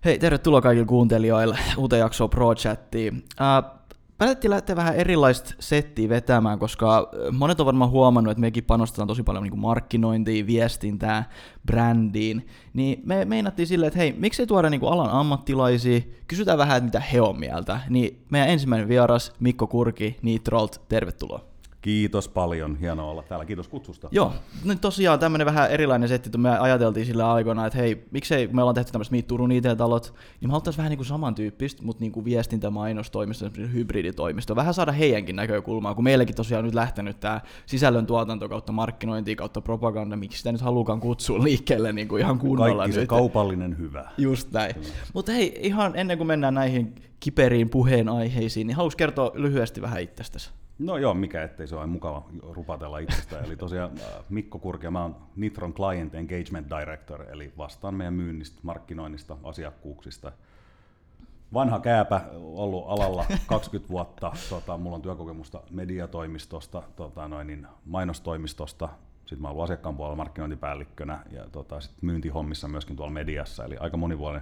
Hei, tervetuloa kaikille kuuntelijoille uuteen jaksoon Pro-chattiin. Päätettiin lähteä vähän erilaista settiä vetämään, koska monet on varmaan huomannut, että mekin panostetaan tosi paljon niin markkinointiin, viestintään, brändiin. Niin me meinattiin silleen, että hei, miksei tuoda niin alan ammattilaisia, kysytään vähän, että mitä he on mieltä. Niin meidän ensimmäinen vieras, Mikko Kurki Nitrolt, tervetuloa. Kiitos paljon, hienoa olla täällä, kiitos kutsusta. Joo, nyt tosiaan tämmöinen vähän erilainen setti, että me ajateltiin sillä aikoina, että hei, miksei me ollaan tehty tämmöistä Meet Turun IT-talot, niin me haluttaisiin vähän niin kuin samantyyppistä, mutta niin kuin viestintämainostoimisto, hybriditoimisto, vähän saada heidänkin näkökulmaa, kun meillekin tosiaan nyt lähtenyt tämä sisällön tuotanto kautta markkinointi kautta propaganda, miksi sitä nyt haluukaan kutsua liikkeelle niin kuin ihan kunnolla. Kaikki se nyt. Kaupallinen hyvä. Just näin. Mutta hei, ihan ennen kuin mennään näihin kiperiin puheenaiheisiin, niin haluaisin kertoa lyhyesti vähän itsestäsi. No joo, mikä ettei se ole mukava rupatella itsestään. Eli tosiaan Mikko Kurki, mä oon Nitron Client Engagement Director, eli vastaan meidän myynnistä, markkinoinnista, asiakkuuksista. Vanha kääpä, ollut alalla 20 vuotta, mulla on työkokemusta mediatoimistosta, mainostoimistosta, sitten mä oon ollut asiakkaan puolella markkinointipäällikkönä ja sit myyntihommissa myöskin tuolla mediassa, eli aika monivuotinen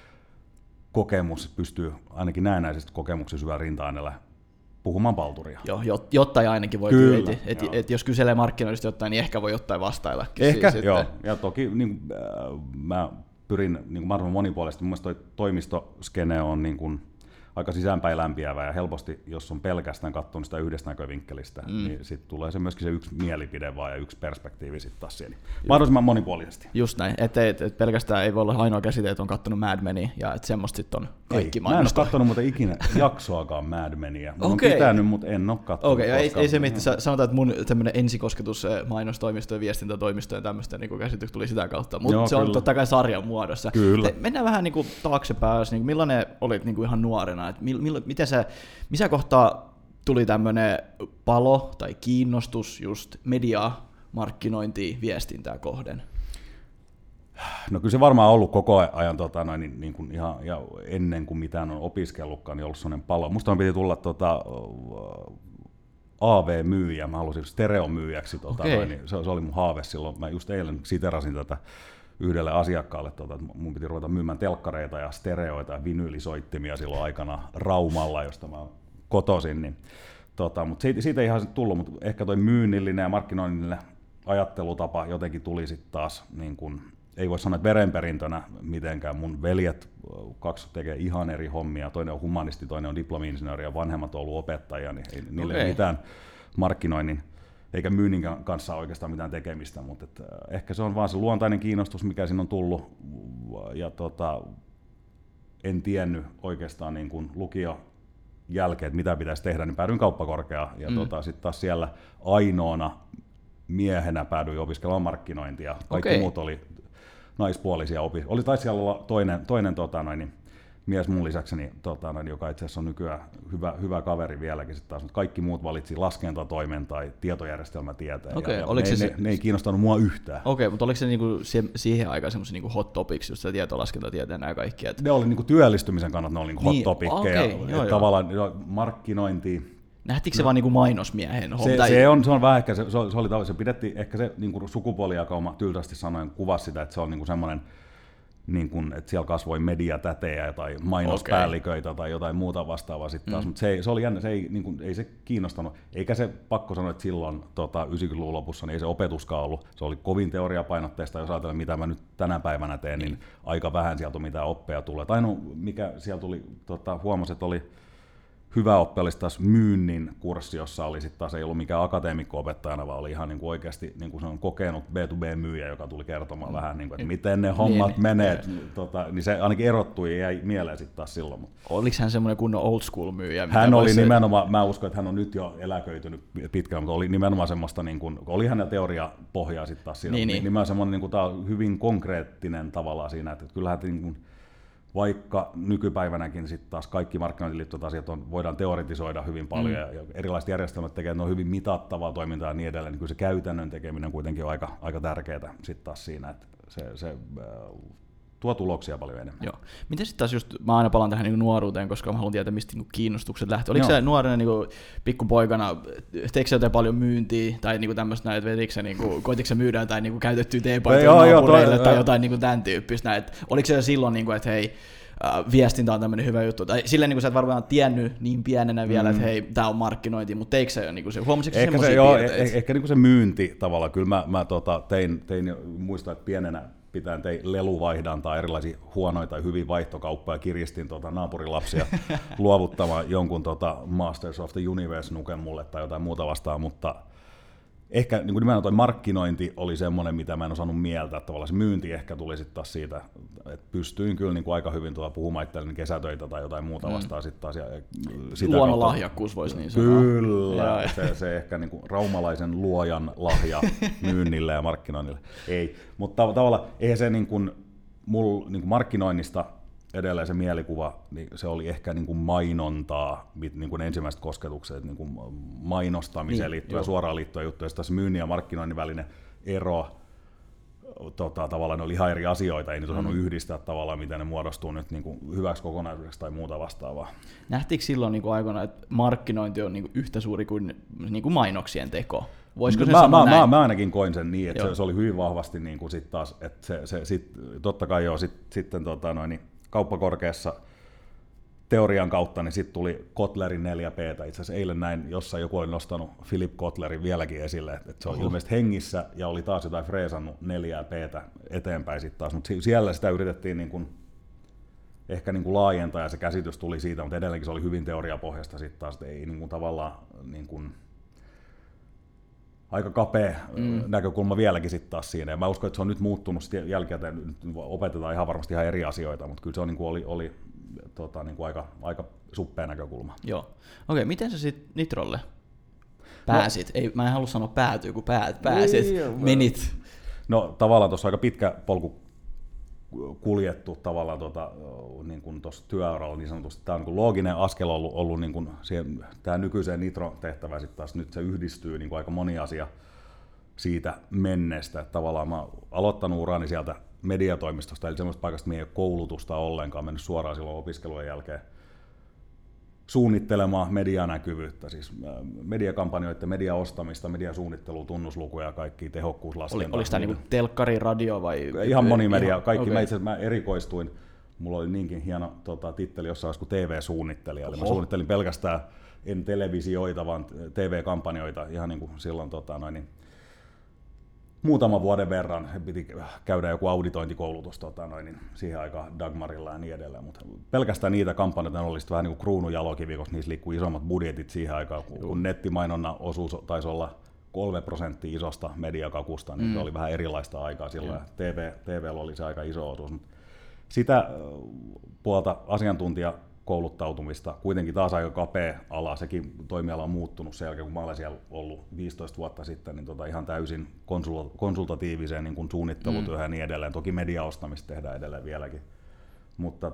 kokemus, pystyy ainakin näennäisesti kokemuksessa hyvää rinta-aineella puhumaan palturia. Joo, jotain ainakin voi kyllä. Et jos kyselee markkinoinnista jotain, niin ehkä voi jotain vastailla. Ehkä, joo. Ja toki niin, mä pyrin niin mahdollisimman monipuolisesti. Mun mielestä toi toimistoskene on niin kuin aika sisäänpäin lämpiävä ja helposti, jos on pelkästään katsonut sitä yhdestä näkövinkkelistä, niin sitten tulee se myöskin se yksi mielipide vaan ja yksi perspektiivi sitten taas siihen. Mahdollisimman monipuolisesti. Just näin, että pelkästään ei voi olla ainoa käsite, että on katsonut Mad Menia ja että semmoista sitten on kaikki mainostaa. Mä en ole katsonut muuten ikinä jaksoakaan Mad Menia. Mä oon pitänyt, mutta en ole katsonut. Okei, ei se mitään. Sanotaan, että mun tämmöinen ensikosketus mainostoimistojen, viestintätoimistojen tämmöistä niin käsitys tuli sitä kautta, mutta se on totta kai sarjan muodossa. Kyllä. Mennään vähän niin kuin taaksepäin, niin millainen olit niin kuin ihan nuorena? Missä kohtaa tuli tämmöinen palo tai kiinnostus just mediaa, markkinointia, viestintää kohden? No kyllä se varmaan ollut koko ajan niin kuin ihan ja ennen kuin mitään on opiskellutkaan, niin ollut sellainen palo. Musta piti tulla AV-myyjä, mä halusin stereomyyjäksi, niin se oli mun haave silloin. Mä just eilen siterasin tätä yhdelle asiakkaalle, että mun piti ruveta myymään telkkareita ja stereoita ja vinyylisoittimia silloin aikana Raumalla, josta mä kotoisin. Niin, mutta siitä ei ihan tullut, mutta ehkä toi myynnillinen ja markkinoinnillinen ajattelutapa jotenkin tuli sitten taas, niin kun, ei voi sanoa, että verenperintönä mitenkään. Mun veljet, kaksi tekee ihan eri hommia, toinen on humanisti, toinen on diplomi-insinööri ja vanhemmat on ollut opettajia, niin ei niille ole mitään markkinoinnin eikä myynnin kanssa oikeastaan mitään tekemistä, mutta ehkä se on vaan se luontainen kiinnostus, mikä siinä on tullut, ja en tiennyt oikeastaan niin kuin lukion jälkeen, että mitä pitäisi tehdä, niin päädyin kauppakorkeaan, ja sitten taas siellä ainoana miehenä päädyin opiskelemaan markkinointia, kaikki muut oli naispuolisia taisi siellä olla toinen mies mun lisäkseni, joka itse asiassa on nykyään hyvä kaveri vieläkin, sit taas, mutta kaikki muut valitsi laskentatoimen tai tietojärjestelmätieteen. Ne ei kiinnostanut mua yhtään. Okei, mutta oliko se niinku siihen aikaan semmoisen niinku hot topics, just se tietolaskentatiete ja kaikki? Ne oli niinku työllistymisen kannalta, ne oli niinku hot topickeja. Tavallaan markkinointi. Nähtiinkö se vaan niinku mainosmiehen? Se on vähän ehkä, se pidettiin ehkä se niinku sukupuolijakauma tylsästi sanoen kuvasi sitä, että se on niinku semmoinen, niin kun, että siellä kasvoi mediatätejä tai mainospäälliköitä tai jotain muuta vastaavaa sitten taas, mutta se oli jännä, ei se kiinnostanut, eikä se pakko sanoa, että silloin 90-luvun lopussa niin ei se opetuskaan ollut, se oli kovin teoriapainotteista, jos ajatellaan mitä mä nyt tänä päivänä teen, niin aika vähän sieltä mitään oppeja tulee. Tai no, mikä siellä tuli, huomasi, että oli hyvä oppe olisi taas myynnin kurssi, jossa oli sitten taas ei ollut mikään akateemikko-opettajana, vaan oli ihan niin kuin oikeasti niin kuin se on kokenut B2B-myyjä, joka tuli kertomaan vähän, niin kuin, että miten ne hommat menee. Niin se ainakin erottui ja jäi mieleen sitten taas silloin. Oliko hän semmoinen kunnon old school myyjä? Hän oli nimenomaan, mä uskon, että hän on nyt jo eläköitynyt pitkään, mutta oli nimenomaan semmoista, niin kuin, oli hänellä teoriapohjaa sitten taas siinä. Nimenomaan semmoinen niin kuin, tämä on hyvin konkreettinen tavallaan siinä, että kyllähän niin kuin, vaikka nykypäivänäkin sitten taas kaikki markkinointiin liittyvät asiat voidaan teoretisoida hyvin paljon ja erilaiset järjestelmät tekevät, että ne on hyvin mitattavaa toimintaa ja niin edelleen, niin kyllä se käytännön tekeminen kuitenkin on aika tärkeää sitten taas siinä, että se tuo tuloksia paljon enemmän. Joo. Miten sitten taas just, mä aina palaan tähän niin nuoruuteen, koska mä haluan tietää, mistä niin kiinnostukset lähtee. Oliko se nuorena niin pikkupoikana, teikö se jotain paljon myyntiä tai niin tämmöistä näin, että koitiko se myydä jotain niin käytettyä teepaitoja naapureille tai jotain niin tämän tyyppistä näin, oliko se silloin, niin kuin, että hei, viestintä on tämmöinen hyvä juttu. Tai silleen niin kuin sä et varmaan tiennyt niin pienenä vielä, että hei, tää on markkinointi, mutta teikö se jo niin kuin se, huomasitko semmoisia piirteitä? Ehkä niin kuin se myynti tavallaan. Kyllä mä tein muistan, että pienenä tein leluvaihdantaa, erilaisia huonoja tai hyviä vaihtokauppoja, kiristin naapurilapsia luovuttamaan jonkun Masters of the Universe-nuken mulle tai jotain muuta vastaan, mutta ehkä niin kuin nimenomaan toi markkinointi oli semmoinen, mitä mä en osannut mieltää. Tavallaan se myynti ehkä tuli sitten taas siitä, että pystyin kyllä niin kuin aika hyvin puhumaan itselleni kesätöitä tai jotain muuta vastaan sitten taas. Luonnonlahjakkuus voisi niin sanoa. Kyllä, se ehkä niin kuin raumalaisen luojan lahja myynnille ja markkinoinnille. Ei, mutta tavallaan eihän se niin kuin markkinoinnista edelleen se mielikuva, niin se oli ehkä niin kuin mainontaa, niin kuin ensimmäiset kosketukset, niin kuin mainostamiseen liittyen, suoraan liittyen juttuja. Sitten myynnin ja markkinoinnin välinen ero, tavallaan ne oli ihan eri asioita, ei nyt osannut yhdistää tavallaan, miten ne muodostuu nyt niin kuin hyväksi kokonaisuudeksi tai muuta vastaavaa. Nähtiinkö silloin niin kuin aikoina, että markkinointi on niin kuin yhtä suuri kuin mainoksien teko? Voisiko se sanoa näin? Mä ainakin koin sen niin, että se oli hyvin vahvasti niin kuin sit taas, että totta kai sitten kauppakorkeassa teorian kautta, niin sitten tuli Kotlerin 4P. Itse asiassa eilen näin, jossain joku oli nostanut Philip Kotlerin vieläkin esille, että se on ilmeisesti hengissä ja oli taas jotain freesannut 4P:tä eteenpäin sitten taas, mutta siellä sitä yritettiin niin kuin ehkä niin kuin laajentaa ja se käsitys tuli siitä, mutta edelleenkin se oli hyvin teoriapohjasta sitten taas, että ei niin kuin tavallaan niin kuin aika kapea näkökulma vieläkin sitten taas siinä. Ja mä uskon, että se on nyt muuttunut sitten jälkikäteen, nyt opetetaan ihan varmasti ihan eri asioita, mutta kyllä se on, niin kuin oli niin kuin aika suppea näkökulma. Joo. Okei, miten sä sitten Nitrolle pääsit? Ei, mä en halua sanoa päätyy, kun pääsit, menit. No tavallaan tuossa aika pitkä polku kuljettu tavallaan niin kuin tuossa työuralla niin sanotusti. Tämä on niin kuin looginen askel ollut niin kuin siihen, tähän nykyiseen Nitro-tehtävään sitten taas nyt se yhdistyy niin kuin aika moni asia siitä menneestä. Että tavallaan mä oon aloittanut urani sieltä mediatoimistosta, eli semmoista paikasta, mihin ei ole koulutusta ollenkaan, mennyt suoraan silloin opiskelujen jälkeen suunnittelemaan medianäkyvyyttä, siis mediakampanjoiden, mediaostamista, mediasuunnittelua, tunnuslukuja ja kaikki tehokkuuslaskentaa. Oliko tämä niinku telkkari, radio vai? Ihan monimedia, kaikki. Okay. Mä erikoistuin, mulla oli niinkin hieno titteli jossain kuin TV-suunnittelija, eli mä suunnittelin pelkästään en televisioita, vaan TV-kampanjoita ihan niin kuin silloin muutaman vuoden verran piti käydä joku auditointikoulutus siihen aikaan Dagmarilla ja niin edelleen, mutta pelkästään niitä kampanjoita oli vähän niin kuin kruununjalokivi, koska niissä liikkui isommat budjetit siihen aikaan, kun nettimainonnan osuus taisi olla 3% isosta mediakakusta, niin se oli vähän erilaista aikaa silloin, ja TV:llä oli se aika iso osuus. Sitä puolta asiantuntijakouluttautumista, kuitenkin taas aika kapea ala, sekin toimiala on muuttunut sen jälkeen, kun mä olen siellä ollut 15 vuotta sitten, niin ihan täysin konsultatiiviseen niin kuin suunnittelutyöhön ja niin edelleen. Toki mediaostamista tehdään edelleen vieläkin, mutta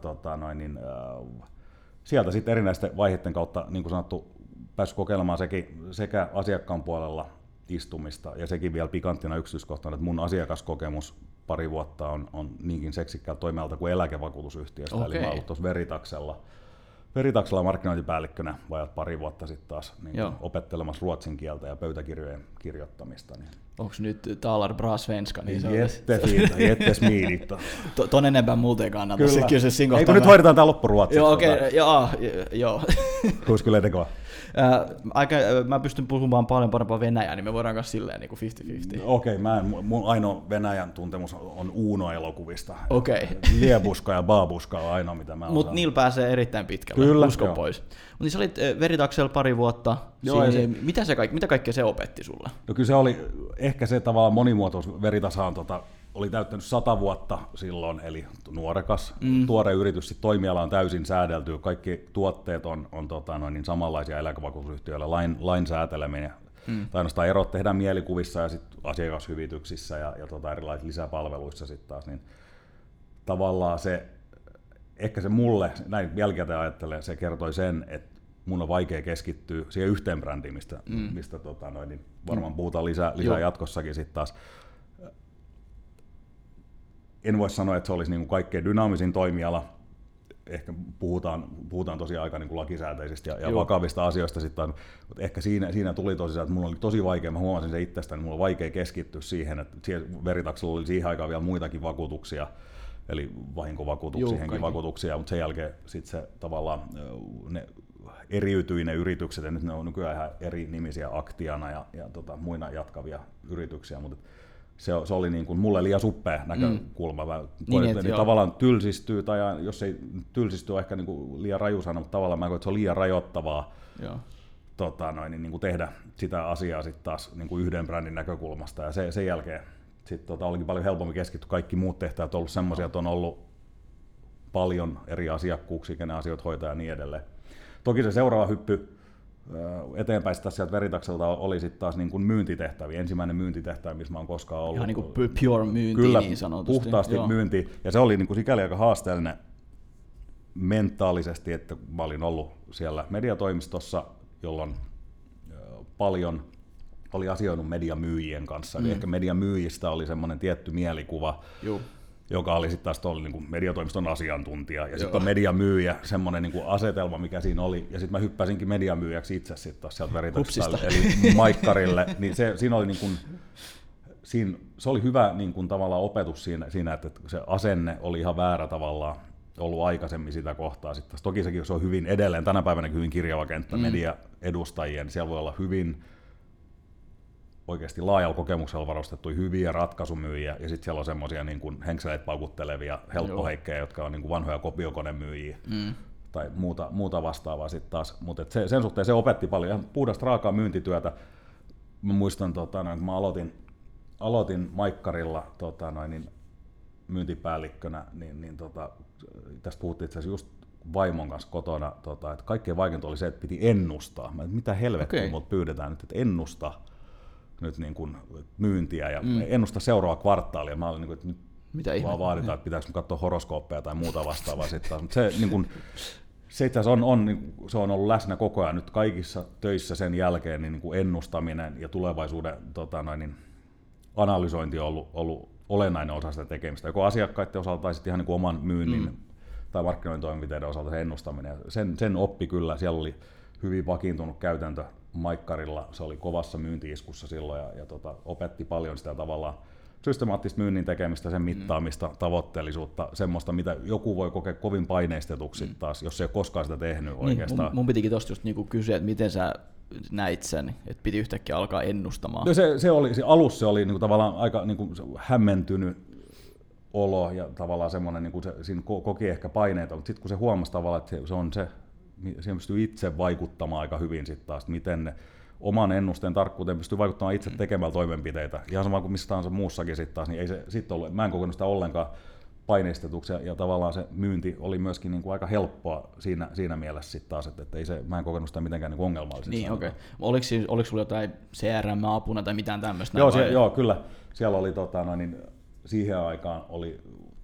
sieltä sitten erinäisten vaiheiden kautta, niin kuin sanottu, päässyt kokeilemaan sekä asiakkaan puolella istumista, ja sekin vielä pikanttina yksityiskohtana, että mun asiakaskokemus pari vuotta on niinkin seksikkäältä toimialalta kuin eläkevakuutusyhtiöstä, eli mä oon ollut tuossa Veritaksella markkinointipäällikkönä vajat pari vuotta sitten taas niin opettelemassa ruotsin kieltä ja pöytäkirjojen kirjoittamista. Niin. Onko nyt talar bra svenska? Niin jättesmidigt. Ton enempää multa ei kannata. Kyllä. Eikö nyt hoidetaan tää loppuruotsiksi? Joo, okei, joo. Kuis kyllä tekoa? Mä pystyn puhumaan paljon parempaa venäjää, niin me voidaan kanssa silleen niin kuin 50-50. Okei, mun ainoa Venäjän tuntemus on Uno-elokuvista. Okei. Liebuska ja Babuska on ainoa, mitä mä osaan. Mutta niillä pääsee erittäin pitkälle, kyllä, usko pois. Mutta niin sä olit Veritaksella pari vuotta. Joo, mitä kaikkea se opetti sulle? No kyllä se oli ehkä se tavallaan monimuotoisuus. Veritashan oli täyttänyt 100 vuotta silloin, eli nuorekas, tuore yritys, sit toimiala on täysin säädelty, kaikki tuotteet on niin samanlaisia eläkevakuutusyhtiöillä, lain sääteleminen, tai ainoastaan erot tehdään mielikuvissa ja sit asiakashyvityksissä ja erilaisissa lisäpalveluissa sitten taas, niin tavallaan se, ehkä se mulle, näin jälkikäteen ajattelen, se kertoi sen, että mun on vaikea keskittyä siihen yhteen brändiin, mistä niin varmaan puhutaan lisää jatkossakin sitten taas. En voi sanoa, että se olisi niin kuin kaikkein dynaamisin toimiala. Ehkä puhutaan tosiaan aika niin kuin lakisääteisistä ja vakavista asioista sitten, mutta ehkä siinä tuli tosiaan, että mulla oli tosi vaikea, mä huomasin sen itsestäni, niin mulla oli vaikea keskittyä siihen, että Veritaksella oli siihen aikaan vielä muitakin vakuutuksia eli vahinkovakuutuksia, henkivakuutuksia, mutta sen jälkeen sit se tavallaan ne eriytyi ne yritykset, ja nyt ne on nykyään ihan eri nimisiä Aktiana ja muina jatkavia yrityksiä, mutta se oli niin kuin mulle liian suppea näkökulma. Niin, tavallaan tylsistyy, tai jos ei tylsistyy, ehkä niin kuin liian raju sana, mutta tavallaan mä koen, että se on liian rajoittavaa niin kuin tehdä sitä asiaa sitten taas niin kuin yhden brändin näkökulmasta, ja sen jälkeen sitten olikin paljon helpommin keskittyä. Kaikki muut tehtävät on ollut semmoisia, että on ollut paljon eri asiakkuuksia, kenen asioita hoitaa ja niin edelleen. Toki se seuraava hyppy eteenpäin sieltä Veritakselta oli sitten taas niin kuin myyntitehtäviä. Ensimmäinen myyntitehtävä, missä mä oon koskaan ollut. Ihan niin kuin pure myynti kyllä, niin sanotusti. Puhtaasti myynti. Ja se oli niin kuin sikäli aika haasteellinen mentaalisesti, että mä olin ollut siellä mediatoimistossa, jolloin paljon oli asioinut mediamyyjien kanssa. Eli ehkä mediamyyjistä oli semmoinen tietty mielikuva, joka oli sitten taas niin kuin mediatoimiston asiantuntija. Ja sitten on mediamyyjä, semmoinen niin kuin asetelma, mikä siinä oli. Ja sitten mä hyppäsinkin mediamyyjäksi itse sitten taas sieltä Veritaksesta, eli Maikkarille. Niin siinä oli niin kuin, se oli hyvä niin kuin tavallaan opetus siinä, että se asenne oli ihan väärä tavallaan ollut aikaisemmin sitä kohtaa. Sitten toki se on hyvin edelleen, tänä päivänä hyvin kirjava kenttä mediaedustajien. Siellä voi olla hyvin oikeasti laajalla kokemuksella varustettuja hyviä ratkaisumyyjiä, ja sitten siellä on semmoisia niin kuin henkseleitä paukuttelevia helppoheikkejä, jotka on niin kuin vanhoja kopiokonemyyjiä tai muuta vastaavaa sitten taas. Mutta sen suhteen se opetti paljon ihan puhdasta raakaa myyntityötä. Mä muistan, kun mä aloitin Maikkarilla myyntipäällikkönä, niin tästä puhuttiin itse asiassa just vaimon kanssa kotona, että kaikkein vaikeinta oli se, että piti ennustaa. Mitä helvettiä multa pyydetään nyt, että ennusta nyt niin kuin myyntiä ja ennusta seuraavaa kvartaalia. Mä olin niin kuin, että nyt vaan vaaditaan, että pitääkö katsoa horoskooppeja tai muuta vastaavaa sitten. Mutta se, niin kuin, se itse asiassa se on ollut läsnä koko ajan nyt kaikissa töissä sen jälkeen, niin kuin ennustaminen ja tulevaisuuden analysointi on ollut olennainen osa sitä tekemistä, joko asiakkaiden osalta tai sitten ihan niin kuin oman myynnin tai markkinointitoimenpiteiden osalta se ennustaminen. Sen oppi kyllä, siellä oli hyvin vakiintunut käytäntö Maikkarilla, se oli kovassa myynti-iskussa silloin ja opetti paljon sitä tavallaan systemaattista myynnin tekemistä, sen mittaamista, tavoitteellisuutta, semmoista, mitä joku voi kokea kovin paineistetuksi taas, jos ei ole koskaan sitä tehnyt oikeastaan. Mun pitikin tosta just niinku kysyä, että miten sä näit sen, että piti yhtäkkiä alkaa ennustamaan. No alussa se oli niinku tavallaan aika niinku hämmentynyt olo ja tavallaan semmoinen, niinku siinä koki ehkä paineita, mutta sitten kun se huomasi tavallaan, että se on se, siihen pystyy itse vaikuttamaan aika hyvin sitten taas, miten ne oman ennusteen tarkkuuteen pystyy vaikuttamaan itse tekemällä toimenpiteitä. Ihan sama kuin missä tahansa muussakin sitten taas, niin ei se sitten ollut, mä en kokenut sitä ollenkaan paineistetuksi ja tavallaan se myynti oli myöskin niin kuin aika helppoa siinä mielessä sitten taas, että mä en kokenut sitä mitenkään niin ongelmallisesti. Niin, okei. Oliko sulla jotain CRM-apuna tai mitään tämmöistä? Joo, kyllä. Siellä oli siihen aikaan oli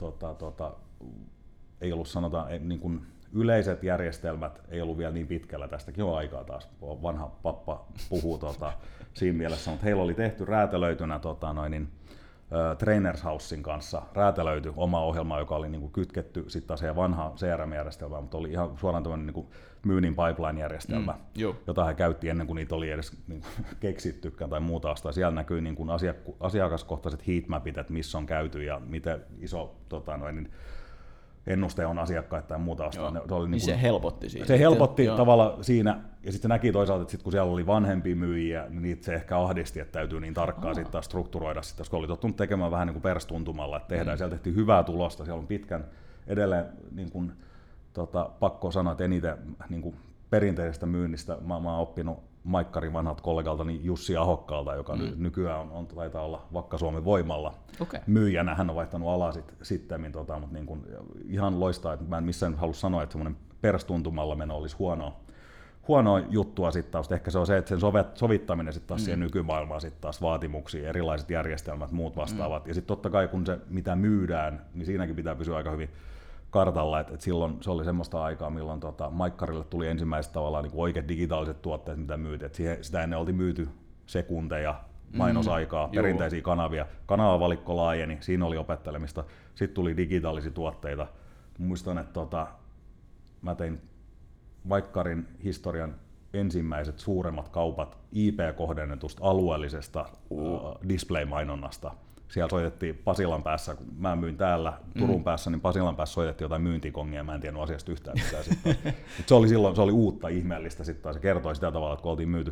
ei ollut sanotaan niin kuin yleiset järjestelmät ei ollut vielä niin pitkällä, tästäkin on aikaa taas, vanha pappa puhuu siinä mielessä, mutta heillä oli tehty räätälöitynä Trainers Housein kanssa räätälöity oma ohjelma, joka oli niinku kytketty sitten taas vanhaan CRM-järjestelmään, mutta oli ihan suoraan tämmöinen niinku myynnin pipeline-järjestelmä, jota he käytti ennen kuin niitä oli edes niinku keksittykään tai muuta vastaan. Siellä näkyy niinku asiakaskohtaiset heatmapit, että missä on käyty ja miten iso ennuste on asiakkaita tai muuta vastaan. Niin se helpotti siinä. Se helpotti tavallaan siinä, ja sitten se näki toisaalta, että sit kun siellä oli vanhempia myyjiä, niin niitä se ehkä ahdisti, että täytyy niin tarkkaan sitten taas strukturoida sitä, koska oli tottunut tekemään vähän niin kuin perstuntumalla, että tehdään. Siellä tehtiin hyvää tulosta, siellä on pitkän edelleen, niin kuin, pakko sanoa, että eniten niin kuin perinteisestä myynnistä mä oon oppinut Maikkarin vanhalta kollegaltani Jussi Ahokkaalta, joka nykyään taitaa olla Vakka-Suomen Voimalla myyjänä. Hän on vaihtanut alaa sitten, mutta niin kuin ihan loistaa, että mä en missään halua sanoa, että semmoinen perstuntumalla meno olisi huonoa juttua sitten taas. Ehkä se on se, että sen sovittaminen sitten taas siihen nykymaailmaan sitten taas vaatimuksia, erilaiset järjestelmät, muut vastaavat. Ja sitten totta kai kun se mitä myydään, niin siinäkin pitää pysyä aika hyvin kartalla, että silloin se oli semmoista aikaa, milloin Maikkarille tuli ensimmäiset tavallaan niin kuin oikeat digitaaliset tuotteet, mitä myytiin. Sitä ennen oltiin myyty sekunteja, mainosaikaa, perinteisiä kanavia. Kanavavalikko laajeni, siinä oli opettelemista. Sitten tuli digitaalisia tuotteita. Muistan, että mä tein Maikkarin historian ensimmäiset suuremmat kaupat IP-kohdennetusta alueellisesta display-mainonnasta. siellä soitettiin Pasilan päässä, kun mä myin täällä Turun päässä, niin Pasilan päässä soitettiin jotain myyntikongia, ja mä en tiennyt asiasta yhtään mitään. Se oli silloin se oli uutta, ihmeellistä. Sitten se kertoi sitä tavalla, että kun oltiin myyty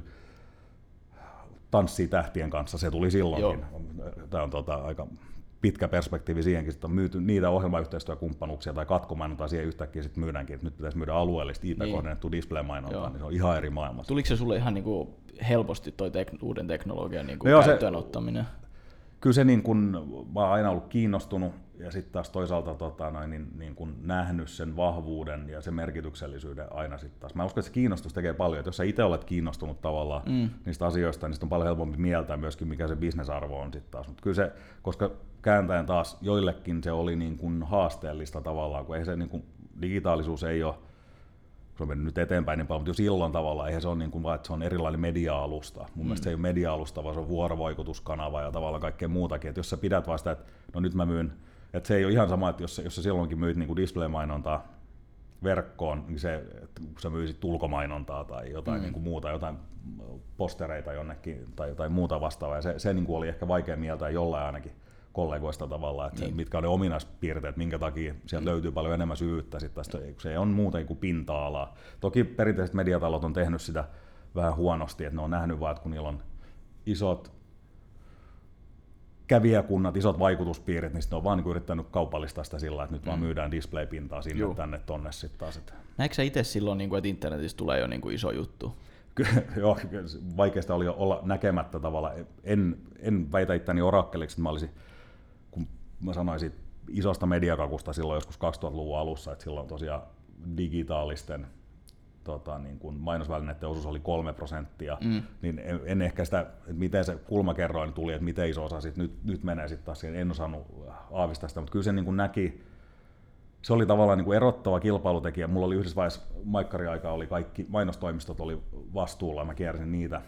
Tanssii tähtien kanssa, se tuli silloinkin. Tämä on aika pitkä perspektiivi siihenkin, että on myyty niitä ohjelmayhteistyökumppanuuksia tai katkomainontaa siihen yhtäkkiä sitten myydäänkin, että nyt pitäisi myydä alueellista IP-kohdennettu display-mainontaa, niin se on ihan eri maailmassa. Tuliko se sulle ihan niinku helposti toi uuden teknologian niinku käyttöön ottaminen? Kyllä se niin kun, mä oon aina ollut kiinnostunut ja sitten taas toisaalta niin kun nähnyt sen vahvuuden ja sen merkityksellisyyden aina sitten taas. Mä uskon, että se kiinnostus tekee paljon, että jos sä itse olet kiinnostunut tavallaan niistä asioista, niin sitten on paljon helpompi mieltää myöskin, mikä se bisnesarvo on sitten taas. Mutta kyllä se, koska kääntäen taas joillekin se oli niin kun haasteellista tavallaan, kun ei se niin kun, digitaalisuus ei ole, se on mennyt nyt eteenpäin niin paljon, mutta jo silloin tavallaan eihän se ole niin kuin vaan, että se on erilainen media-alusta. Mun mielestä se ei ole media-alusta, vaan se on vuorovaikutuskanava ja tavallaan kaikkea muutakin. Että jos sä pidät vaan sitä, että no nyt mä myyn, että se ei ole ihan sama, että jos sä silloinkin myyt niin kuin display-mainontaa verkkoon, niin se, että kun sä myisit ulkomainontaa tai jotain niin kuin muuta, jotain postereita jonnekin tai jotain muuta vastaavaa. Ja se niin kuin oli ehkä vaikea mieltää jollain ainakin kollegoista tavallaan, että mitkä on ne ominaispiirteet, minkä takia sieltä löytyy paljon enemmän syvyyttä, se on muuten kuin pinta-alaa. Toki perinteiset mediatalot on tehnyt sitä vähän huonosti, että ne on nähnyt vaan, että kun niillä on isot kävijäkunnat, isot vaikutuspiirit, niin sitten on vaan niin yrittänyt kaupallistaa sitä sillä, että nyt vaan myydään display-pintaa sinne tänne tonne sitten taas. Näetkö sä itse silloin, että internetissä tulee jo iso juttu? Joo, vaikeasta oli olla näkemättä tavalla. En väitä itteni orakkeliksi, että mä olisin, kun mä sanoisin isosta mediakakusta silloin joskus 2000-luvun alussa, että silloin tosiaan digitaalisten niin kun mainosvälineiden osuus oli 3%, niin en ehkä sitä, että miten se kulmakerroin tuli, että miten iso osa sitten nyt menee sitten taas siihen, en osannut aavistaa sitä, mutta kyllä se niin kun näki, se oli tavallaan niin kuin erottava kilpailutekijä. Mulla oli yhdessä vaiheessa maikkariaikaa, oli kaikki mainostoimistot oli vastuulla, mä kiersin niitä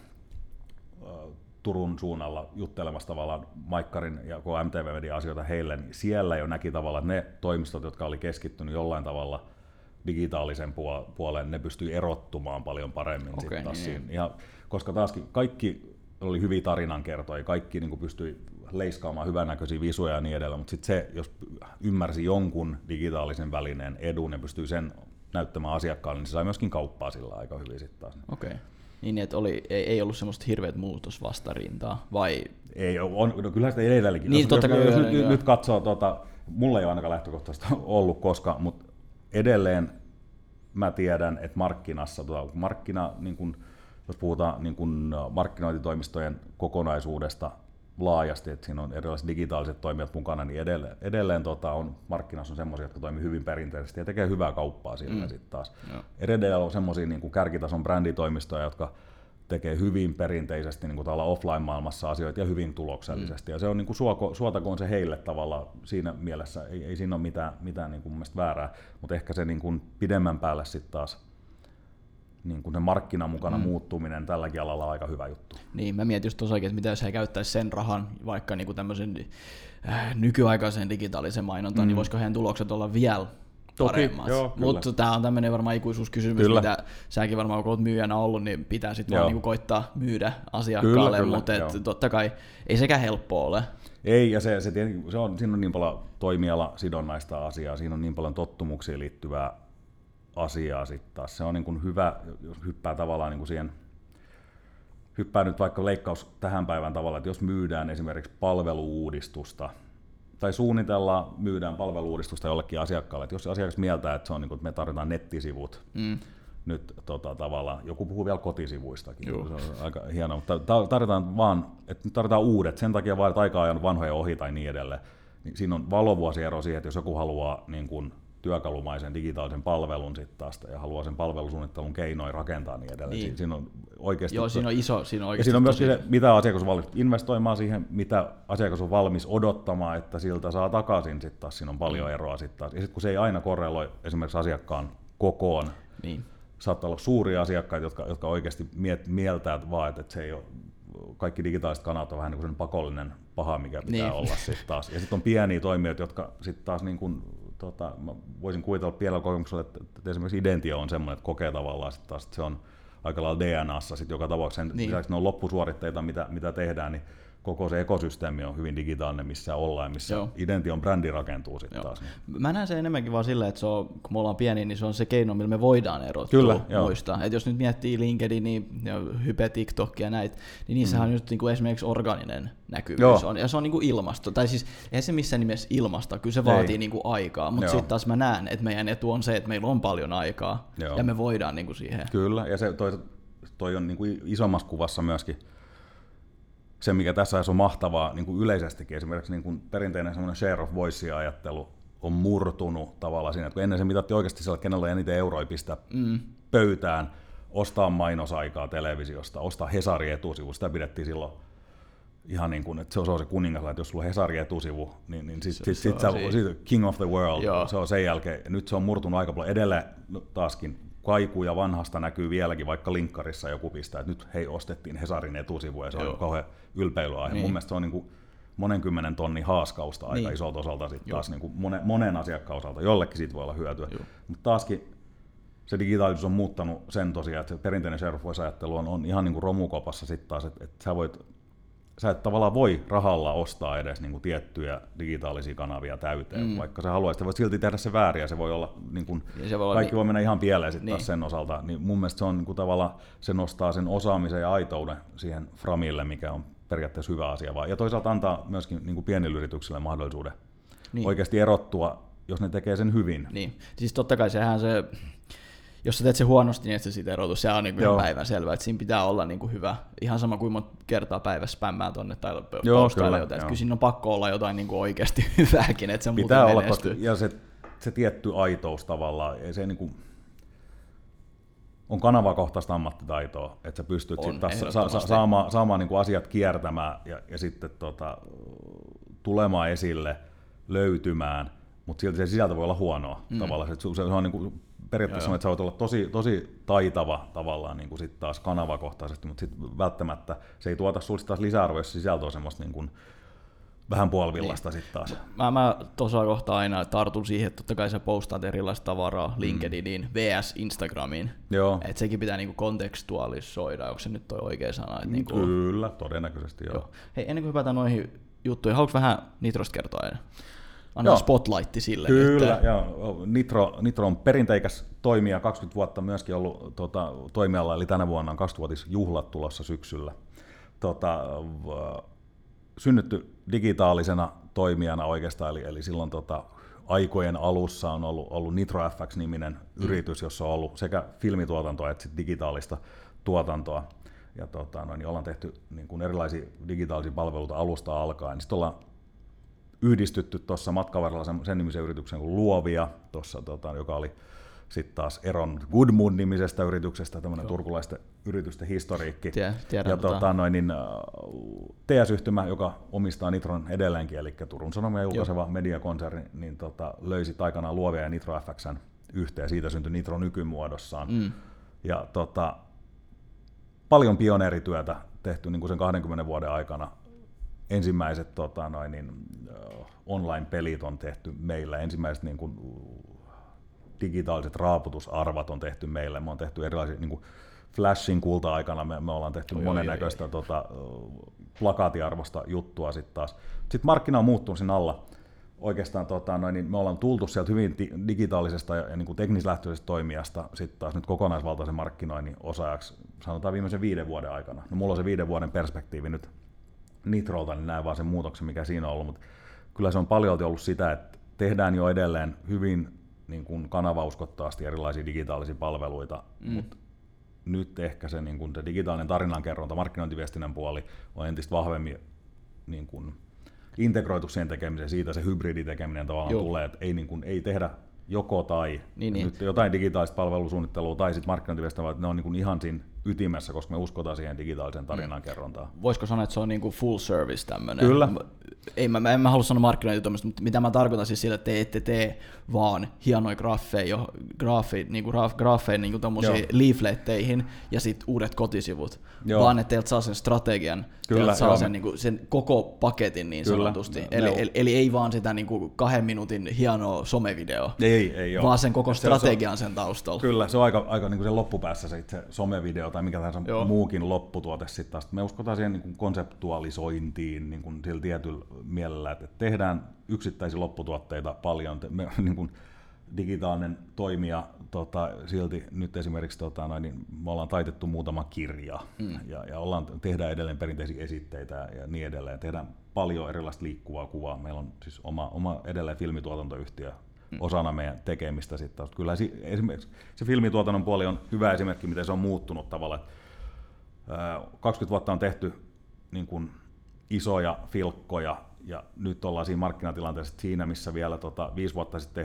Turun suunnalla juttelemassa tavallaan maikkarin ja MTV-median asioita heille, niin siellä jo näki tavallaan, että ne toimistot, jotka oli keskittynyt jollain tavalla digitaalisen puoleen, ne pystyi erottumaan paljon paremmin. Okay, niin. Ja koska taaskin kaikki oli hyviä tarinankertoja, kaikki niin kuin pystyi leiskaamaan hyvännäköisiä visuja ja niin edelleen, mutta sitten se, jos ymmärsi jonkun digitaalisen välineen edun ja pystyi sen näyttämään asiakkaalle, niin se sai myöskin kauppaa sillä aika hyvin sitten taas. Okei. Niin, että ei ollut semmoista hirveät muutosvastarintaa, vai? Ei, no kyllähän sitä edelläkin. Niin, jos nyt katsoo, mulla ei ole ainakaan lähtökohtaisesti ollut koskaan, mutta edelleen mä tiedän, että markkinassa, niin kun, jos puhutaan niin kun markkinointitoimistojen kokonaisuudesta laajasti, että siinä on erilaiset digitaaliset toimijat mukana, niin edelleen on, markkinassa on semmoisia, jotka toimii hyvin perinteisesti ja tekee hyvää kauppaa sillä sitten taas. Edelleen on semmoisia niin kuin kärkitason bränditoimistoja, jotka tekee hyvin perinteisesti niin kuin offline-maailmassa asioita ja hyvin tuloksellisesti. Ja se on niin kuin suotakoon se heille tavallaan siinä mielessä, ei siinä ole mitään niin kuin mun mielestä väärää, mutta ehkä se niin kuin pidemmän päälle sitten taas niin kuin se markkinan mukana muuttuminen tälläkin alalla on aika hyvä juttu. Niin, mä mietin just tosiaankin, että mitä jos he käyttäisi sen rahan vaikka niin kuin tämmöisen nykyaikaisen digitaalisen mainontaan, niin voisiko heidän tulokset olla vielä paremmat. Mutta tämä on tämmöinen varmaan ikuisuuskysymys, mitä säkin varmaan kun olet myyjänä ollut, niin pitää sitten vaan niin koittaa myydä asiakkaalle, mutta totta kai ei sekään helppoa ole. Ei, ja siinä on niin paljon toimialasidonnaista asiaa, siinä on niin paljon tottumuksiin liittyvää asiaa sitten taas. Se on niin kuin hyvä, jos hyppää tavallaan niin kuin siihen, hyppää nyt vaikka leikkaus tähän päivään tavalla, että jos myydään esimerkiksi palvelu-uudistusta, tai myydään palvelu-uudistusta jollekin asiakkaalle, että jos asiakas mieltää, että se on niin kuin, että me tarvitaan nettisivut, nyt tavallaan, joku puhuu vielä kotisivuistakin, se on aika hienoa, mutta tarvitaan vaan, että nyt tarvitaan uudet, sen takia vaan, että aika ajan vanhoja ohi tai niin edelleen, niin siinä on valovuosiero siihen, että jos joku haluaa niin kuin työkalumaisen digitaalisen palvelun sitten taas ja haluaa sen palvelusuunnittelun keinoin rakentaa niin edelleen. Niin. Siinä on oikeasti. Joo, siinä on iso. Siinä on myös se, mitä asiakas on valmis investoimaan siihen, mitä asiakas on valmis odottamaan, että siltä saa takaisin sitten taas. Siinä on paljon eroa sitten taas. Ja sitten kun se ei aina korreloi esimerkiksi asiakkaan kokoon, niin saattaa olla suuria asiakkaita, jotka oikeasti mieltää vaan, että se ei ole, kaikki digitaaliset kanavat on vähän niin kuin sen pakollinen paha, mikä pitää olla sitten taas. Ja sitten on pieniä toimijoita, jotka sitten taas niin kuin mä voisin kuvitella pienellä kokemuksella, että esimerkiksi Identio on semmoinen, että kokee tavallaan sit taas, että se on aika lailla DNAssa sit joka tapauksessa. Sen lisäksi ne on loppusuoritteita, mitä tehdään, niin koko se ekosysteemi on hyvin digitaalinen, missä ollaan, missä Idention brändi rakentuu sitten taas. Mä näen sen enemmänkin vaan silleen, että se on, kun me ollaan pieni, niin se on se keino, millä me voidaan erottua muista. Et jos nyt miettii LinkedInia ja Hype, TikTokia ja näitä, niin niissähän on just niin kuin esimerkiksi organinen näkyvyys on, ja se on niin kuin ilmasto, tai siis eihän se missään nimessä ilmasta, kyllä se vaatii niin kuin aikaa, mutta sitten taas mä näen, että meidän etu on se, että meillä on paljon aikaa, ja me voidaan niin kuin siihen. Kyllä, ja se toi on niin kuin isommassa kuvassa myöskin se, mikä tässä on mahtavaa niin kuin yleisestikin, esimerkiksi niin kuin perinteinen semmoinen share of voice-ajattelu on murtunut tavallaan siinä, että kun ennen se mitattiin oikeasti siellä, kenellä on eniten euroja pistää pöytään, ostaa mainosaikaa televisiosta, ostaa Hesarin etusivu, sitä pidettiin silloin ihan niin kuin, että se on se kuningas, että jos sulla on Hesarin etusivu, niin sit sä king of the world, se on sen jälkeen, nyt se on murtunut aika paljon, edelleen taaskin kaikuja vanhasta näkyy vieläkin, vaikka linkkarissa joku pistää, että nyt hei, ostettiin Hesarin etusivu, ja se on kauhean ylpeilyaihe. Niin. Mun mielestä se on niin kuin monen 10 tonnin haaskausta aika isolta osalta sitten taas niin kuin monen asiakkaan osalta, jollekin siitä voi olla hyötyä. Mutta taaskin se digitaalisuus on muuttanut sen tosiaan, että se perinteinen share of voice-ajattelu on ihan niin kuin romukopassa sitten taas, että sä et tavallaan voi rahalla ostaa edes niin kuin tiettyjä digitaalisia kanavia täyteen, vaikka sä haluaisit, voit silti tehdä se väärin, ja se voi olla, niin kuin, kaikki voi mennä ihan pieleen sitten taas sen osalta, niin mun mielestä se on niin kuin tavallaan, se nostaa sen osaamisen ja aitouden siihen framille, mikä on periaatteessa hyvä asia, ja toisaalta antaa myöskin niin kuin pienille yrityksille mahdollisuuden oikeasti erottua, jos ne tekee sen hyvin. Niin, siis totta kai sehän se, jos sä teet se huonosti, niin et sä siitä erotu. Se on niin ihan päivänselvää, että siinä pitää olla niin kuin hyvä. Ihan sama kuin monta kertaa päivässä spämmää tonne tai postailla jotain. Kyllä siinä on pakko olla jotain niin kuin oikeasti hyvääkin, että se pitää muuten menestyy. Ja se tietty aitous tavallaan, se niin kuin on kanavakohtaista ammattitaitoa, että sä pystyt saamaan niin kuin asiat kiertämään ja sitten tulemaan esille, löytymään, mutta silti se sisältö voi olla huonoa tavallaan. Se on niin kuin periaatteessa että sä voit olla tosi taitava tavallaan niin kuin sit taas kanavakohtaisesti, mutta sitten välttämättä se ei tuota sulle taas lisäarvoa, jos sisältö on semmoista niin kuin vähän puolivillasta sitten taas. Mä tuossa kohtaa aina tartun siihen, että totta kai sä postaat erilaista tavaraa LinkedIniin, vs Instagramiin. Että sekin pitää niinku kontekstualisoida, onko se nyt toi oikea sana? Niinku kyllä, todennäköisesti joo. Hei, ennen kuin hypätään noihin juttuihin, haluatko vähän Nitrosta kertoa aina? Anna spotlightti sille. Kyllä, joo. Nitro on perinteikäs toimija, 20 vuotta myöskin ollut toimiala, eli tänä vuonna on 20-vuotisjuhlat tulossa syksyllä. Synnytty digitaalisena toimijana oikeastaan, eli silloin aikojen alussa on ollut Nitro FX-niminen yritys, jossa on ollut sekä filmituotantoa että digitaalista tuotantoa. Ja niin ollaan tehty niin kuin erilaisia digitaalisia palveluita alusta alkaen. Sitten ollaan yhdistytty tuossa matkan varrella sen nimisen yrityksen kuin Luovia, joka oli sitten taas eron Goodmood-nimisestä yrityksestä, tämmöinen turkulaisten yritysten historiikki. TS-yhtymä, joka omistaa Nitron edelleenkin, eli Turun Sanomia julkaiseva mediakonserni, niin löi sitten aikanaan Luovia ja Nitro FX:n yhteen, siitä syntyi Nitro nykymuodossaan. Ja paljon pioneerityötä tehty niin kuin sen 20 vuoden aikana. Ensimmäiset online-pelit on tehty meillä, ensimmäiset niin kuin digitaaliset raaputusarvat on tehty meille, me on tehty erilaisia, niin kuin Flashin kulta-aikana me ollaan tehty monennäköistä plakaatiarvosta juttua sitten taas. Sitten markkina on muuttunut siinä alla. Oikeastaan niin me ollaan tultu sieltä hyvin digitaalisesta ja niin kuin teknislähtöisestä toimijasta sitten taas nyt kokonaisvaltaisen markkinoinnin osaajaksi, sanotaan viimeisen 5 vuoden aikana. No mulla on se 5 vuoden perspektiivi nyt Nitrolta, niin näen vaan sen muutoksen, mikä siinä on ollut, mutta kyllä se on paljolti ollut sitä, että tehdään jo edelleen hyvin niin kuin kanavauskottavasti erilaisia digitaalisia palveluita, mutta nyt ehkä se, niin kuin se digitaalinen tarinankerronta, markkinointiviestinnän puoli on entistä vahvemmin niin kuin integroitu sen tekemiseen, siitä se hybriditekeminen tavallaan tulee, että ei tehdä joko tai, nyt jotain digitaalista palvelusuunnittelua tai sitten markkinointiviestinnän, ne on niin kuin ihan siinä ytimessä, koska me uskotaan siihen digitaaliseen tarinankerrontaan. Voisiko sanoa, että se on niin kuin full service tämmöinen? Kyllä. en mä halua sanoa markkinointitoimista, mutta mitä mä tarkoitan siis sillä, että te ette tee vaan hienoja graafeja niin tommosia leafletteihin ja sit uudet kotisivut, vaan että teiltä saa sen strategian, teiltä saa sen koko paketin niin sanotusti. Eli ei vaan sitä niin kuin 2 minuutin hienoa somevideo, ei vaan sen koko strategian sen taustalla. Kyllä, se on aika niin kuin sen loppupäässä se somevideo tai mikä tahansa muukin lopputuote sitten taas. Me uskotaan siihen niin kuin konseptualisointiin niin kuin sillä tietyllä mielellä, että tehdään yksittäisiä lopputuotteita paljon. Me, niin kuin digitaalinen toimija, silti nyt esimerkiksi niin me ollaan taitettu muutama kirja ja tehdään edelleen perinteisiä esitteitä ja niin edelleen. Tehdään paljon erilaista liikkuvaa kuvaa. Meillä on siis oma edelleen filmituotantoyhtiö osana meidän tekemistä. Sitten. Kyllä esimerkiksi se filmituotannon puoli on hyvä esimerkki, miten se on muuttunut tavallaan. 20 vuotta on tehty niin kuin isoja filkkoja, ja nyt ollaan siinä markkinatilanteessa siinä, missä vielä 5 vuotta sitten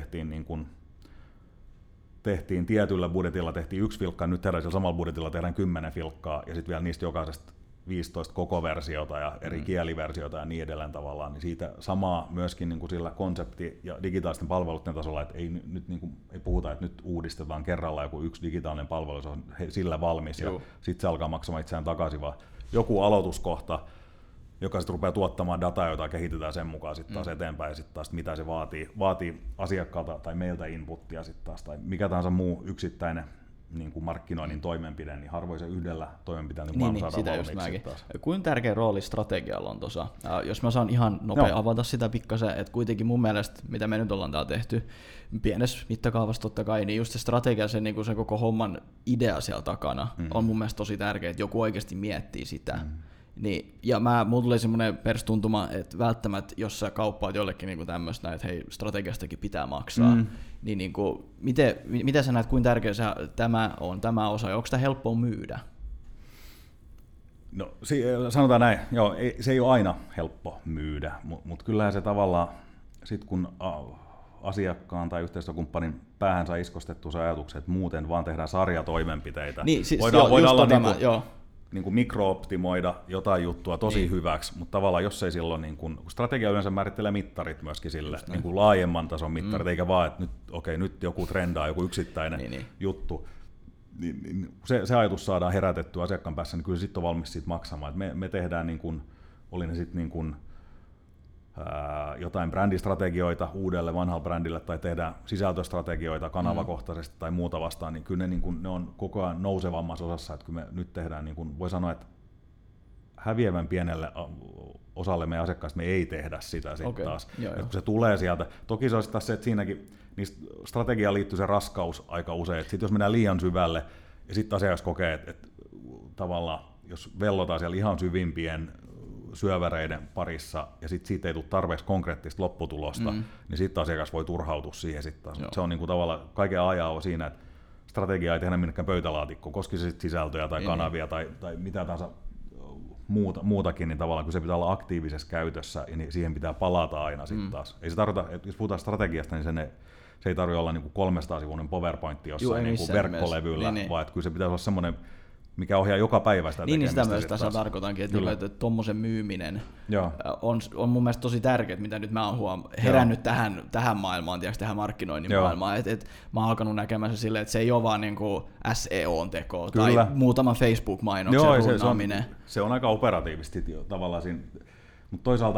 tehtiin tietyllä budjetilla, tehtiin 1 filkka, nyt sillä samalla budjetilla tehdään 10 filkkaa, ja sitten vielä niistä jokaisesta 15 koko versiota ja eri kieliversioita ja niin edelleen tavallaan, niin siitä samaa myöskin niin kuin sillä konsepti- ja digitaalisten palveluiden tasolla, että ei nyt niin kuin, ei puhuta, että nyt uudistetaan kerralla joku yksi digitaalinen palvelu, se on sillä valmis, ja sitten se alkaa maksamaan itseään takaisin, vaan joku aloituskohta, joka sitten rupeaa tuottamaan dataa, jota kehitetään sen mukaan sitten taas eteenpäin, ja sitten taas mitä se vaatii asiakkaalta tai meiltä inputtia sitten taas, tai mikä tahansa muu yksittäinen niin kuin markkinoinnin toimenpide, niin harvoin se yhdellä toimenpiteellä niin saadaan valmiiksi taas. Kuinka tärkeä rooli strategialla on tuossa? Jos mä saan ihan nopea avata sitä pikkasen, että kuitenkin mun mielestä, mitä me nyt ollaan täällä tehty, pienessä mittakaavassa totta kai, niin just se strategia, se, niin kuin se koko homman idea siellä takana on mun mielestä tosi tärkeä, että joku oikeasti miettii sitä. Niin, ja mulla tuli semmoinen perstuntuma, että välttämättä, jos sä kauppaat jollekin niin tämmöistä, että hei, strategiastakin pitää maksaa, niin kuin, miten sä näet, kuinka tärkeä tämä osa, ja onko sitä helppoa myydä? No, sanotaan näin, joo, se ei ole aina helppo myydä, mutta kyllähän se tavallaan, sit kun asiakkaan tai yhteistyökumppanin päähän saa iskostettua se ajatukset, että muuten vaan tehdään sarjatoimenpiteitä. Niin, siis voidaan olla niin kuin mikrooptimoida jotain juttua tosi hyväksi, mutta tavallaan jos ei silloin, niin kuin, strategia yleensä määrittelee mittarit myöskin sille, niin kuin laajemman tason mittarit, eikä vaan, että nyt joku trendaa, joku yksittäinen juttu, niin se ajatus saadaan herätettyä asiakkaan päässä, niin kyllä sitten on valmis siitä maksamaan. Et me tehdään, niin kuin, oli ne sitten niin kuin, jotain brändistrategioita uudelle vanhalle brändille tai tehdään sisältöstrategioita kanavakohtaisesti tai muuta vastaan, niin kyllä ne on koko ajan nousevammassa osassa, että kyllä me nyt tehdään, niin kuin voi sanoa, että häviävän pienelle osalle meidän asiakkaista me ei tehdä sitä sitten taas, kun se tulee sieltä. Toki se on taas se, että siinäkin niin strategiaan liittyy se raskaus aika usein, että jos mennään liian syvälle ja sitten asiakas kokee, että tavallaan jos vellotaan siellä ihan syvimpien syöväreiden parissa, ja sitten siitä ei tule tarpeeksi konkreettista lopputulosta, niin sitten asiakas voi turhautua siihen sitten. Se on niinku tavallaan kaiken ajan siinä, että strategiaa ei tehdä minnekään pöytälaatikkoon, koski se sisältöjä tai kanavia tai mitä tahansa muutakin, niin tavallaan kun se pitää olla aktiivisessa käytössä, niin siihen pitää palata aina sitten taas. Ei se tarkoita, että jos puhutaan strategiasta, niin se ei tarvitse olla niinku 300-sivuinen PowerPointti jossain niinku verkkolevyllä, vaan että kyllä se pitää olla semmoinen, mikä ohjaa joka päivä sitä tekemistä. Niin, sitä myös tässä tarkoitankin, että tuommoisen myyminen on mun mielestä tosi tärkeää, mitä nyt mä oon herännyt tähän maailmaan, tähän markkinoinnin maailmaan. Mä oon alkanut näkemään se silleen, että se ei ole vaan niinku SEO-tekoa tai muutaman Facebook-mainoksen runnaaminen. Se on aika operatiivisesti tavallaan siinä, mutta toisaalta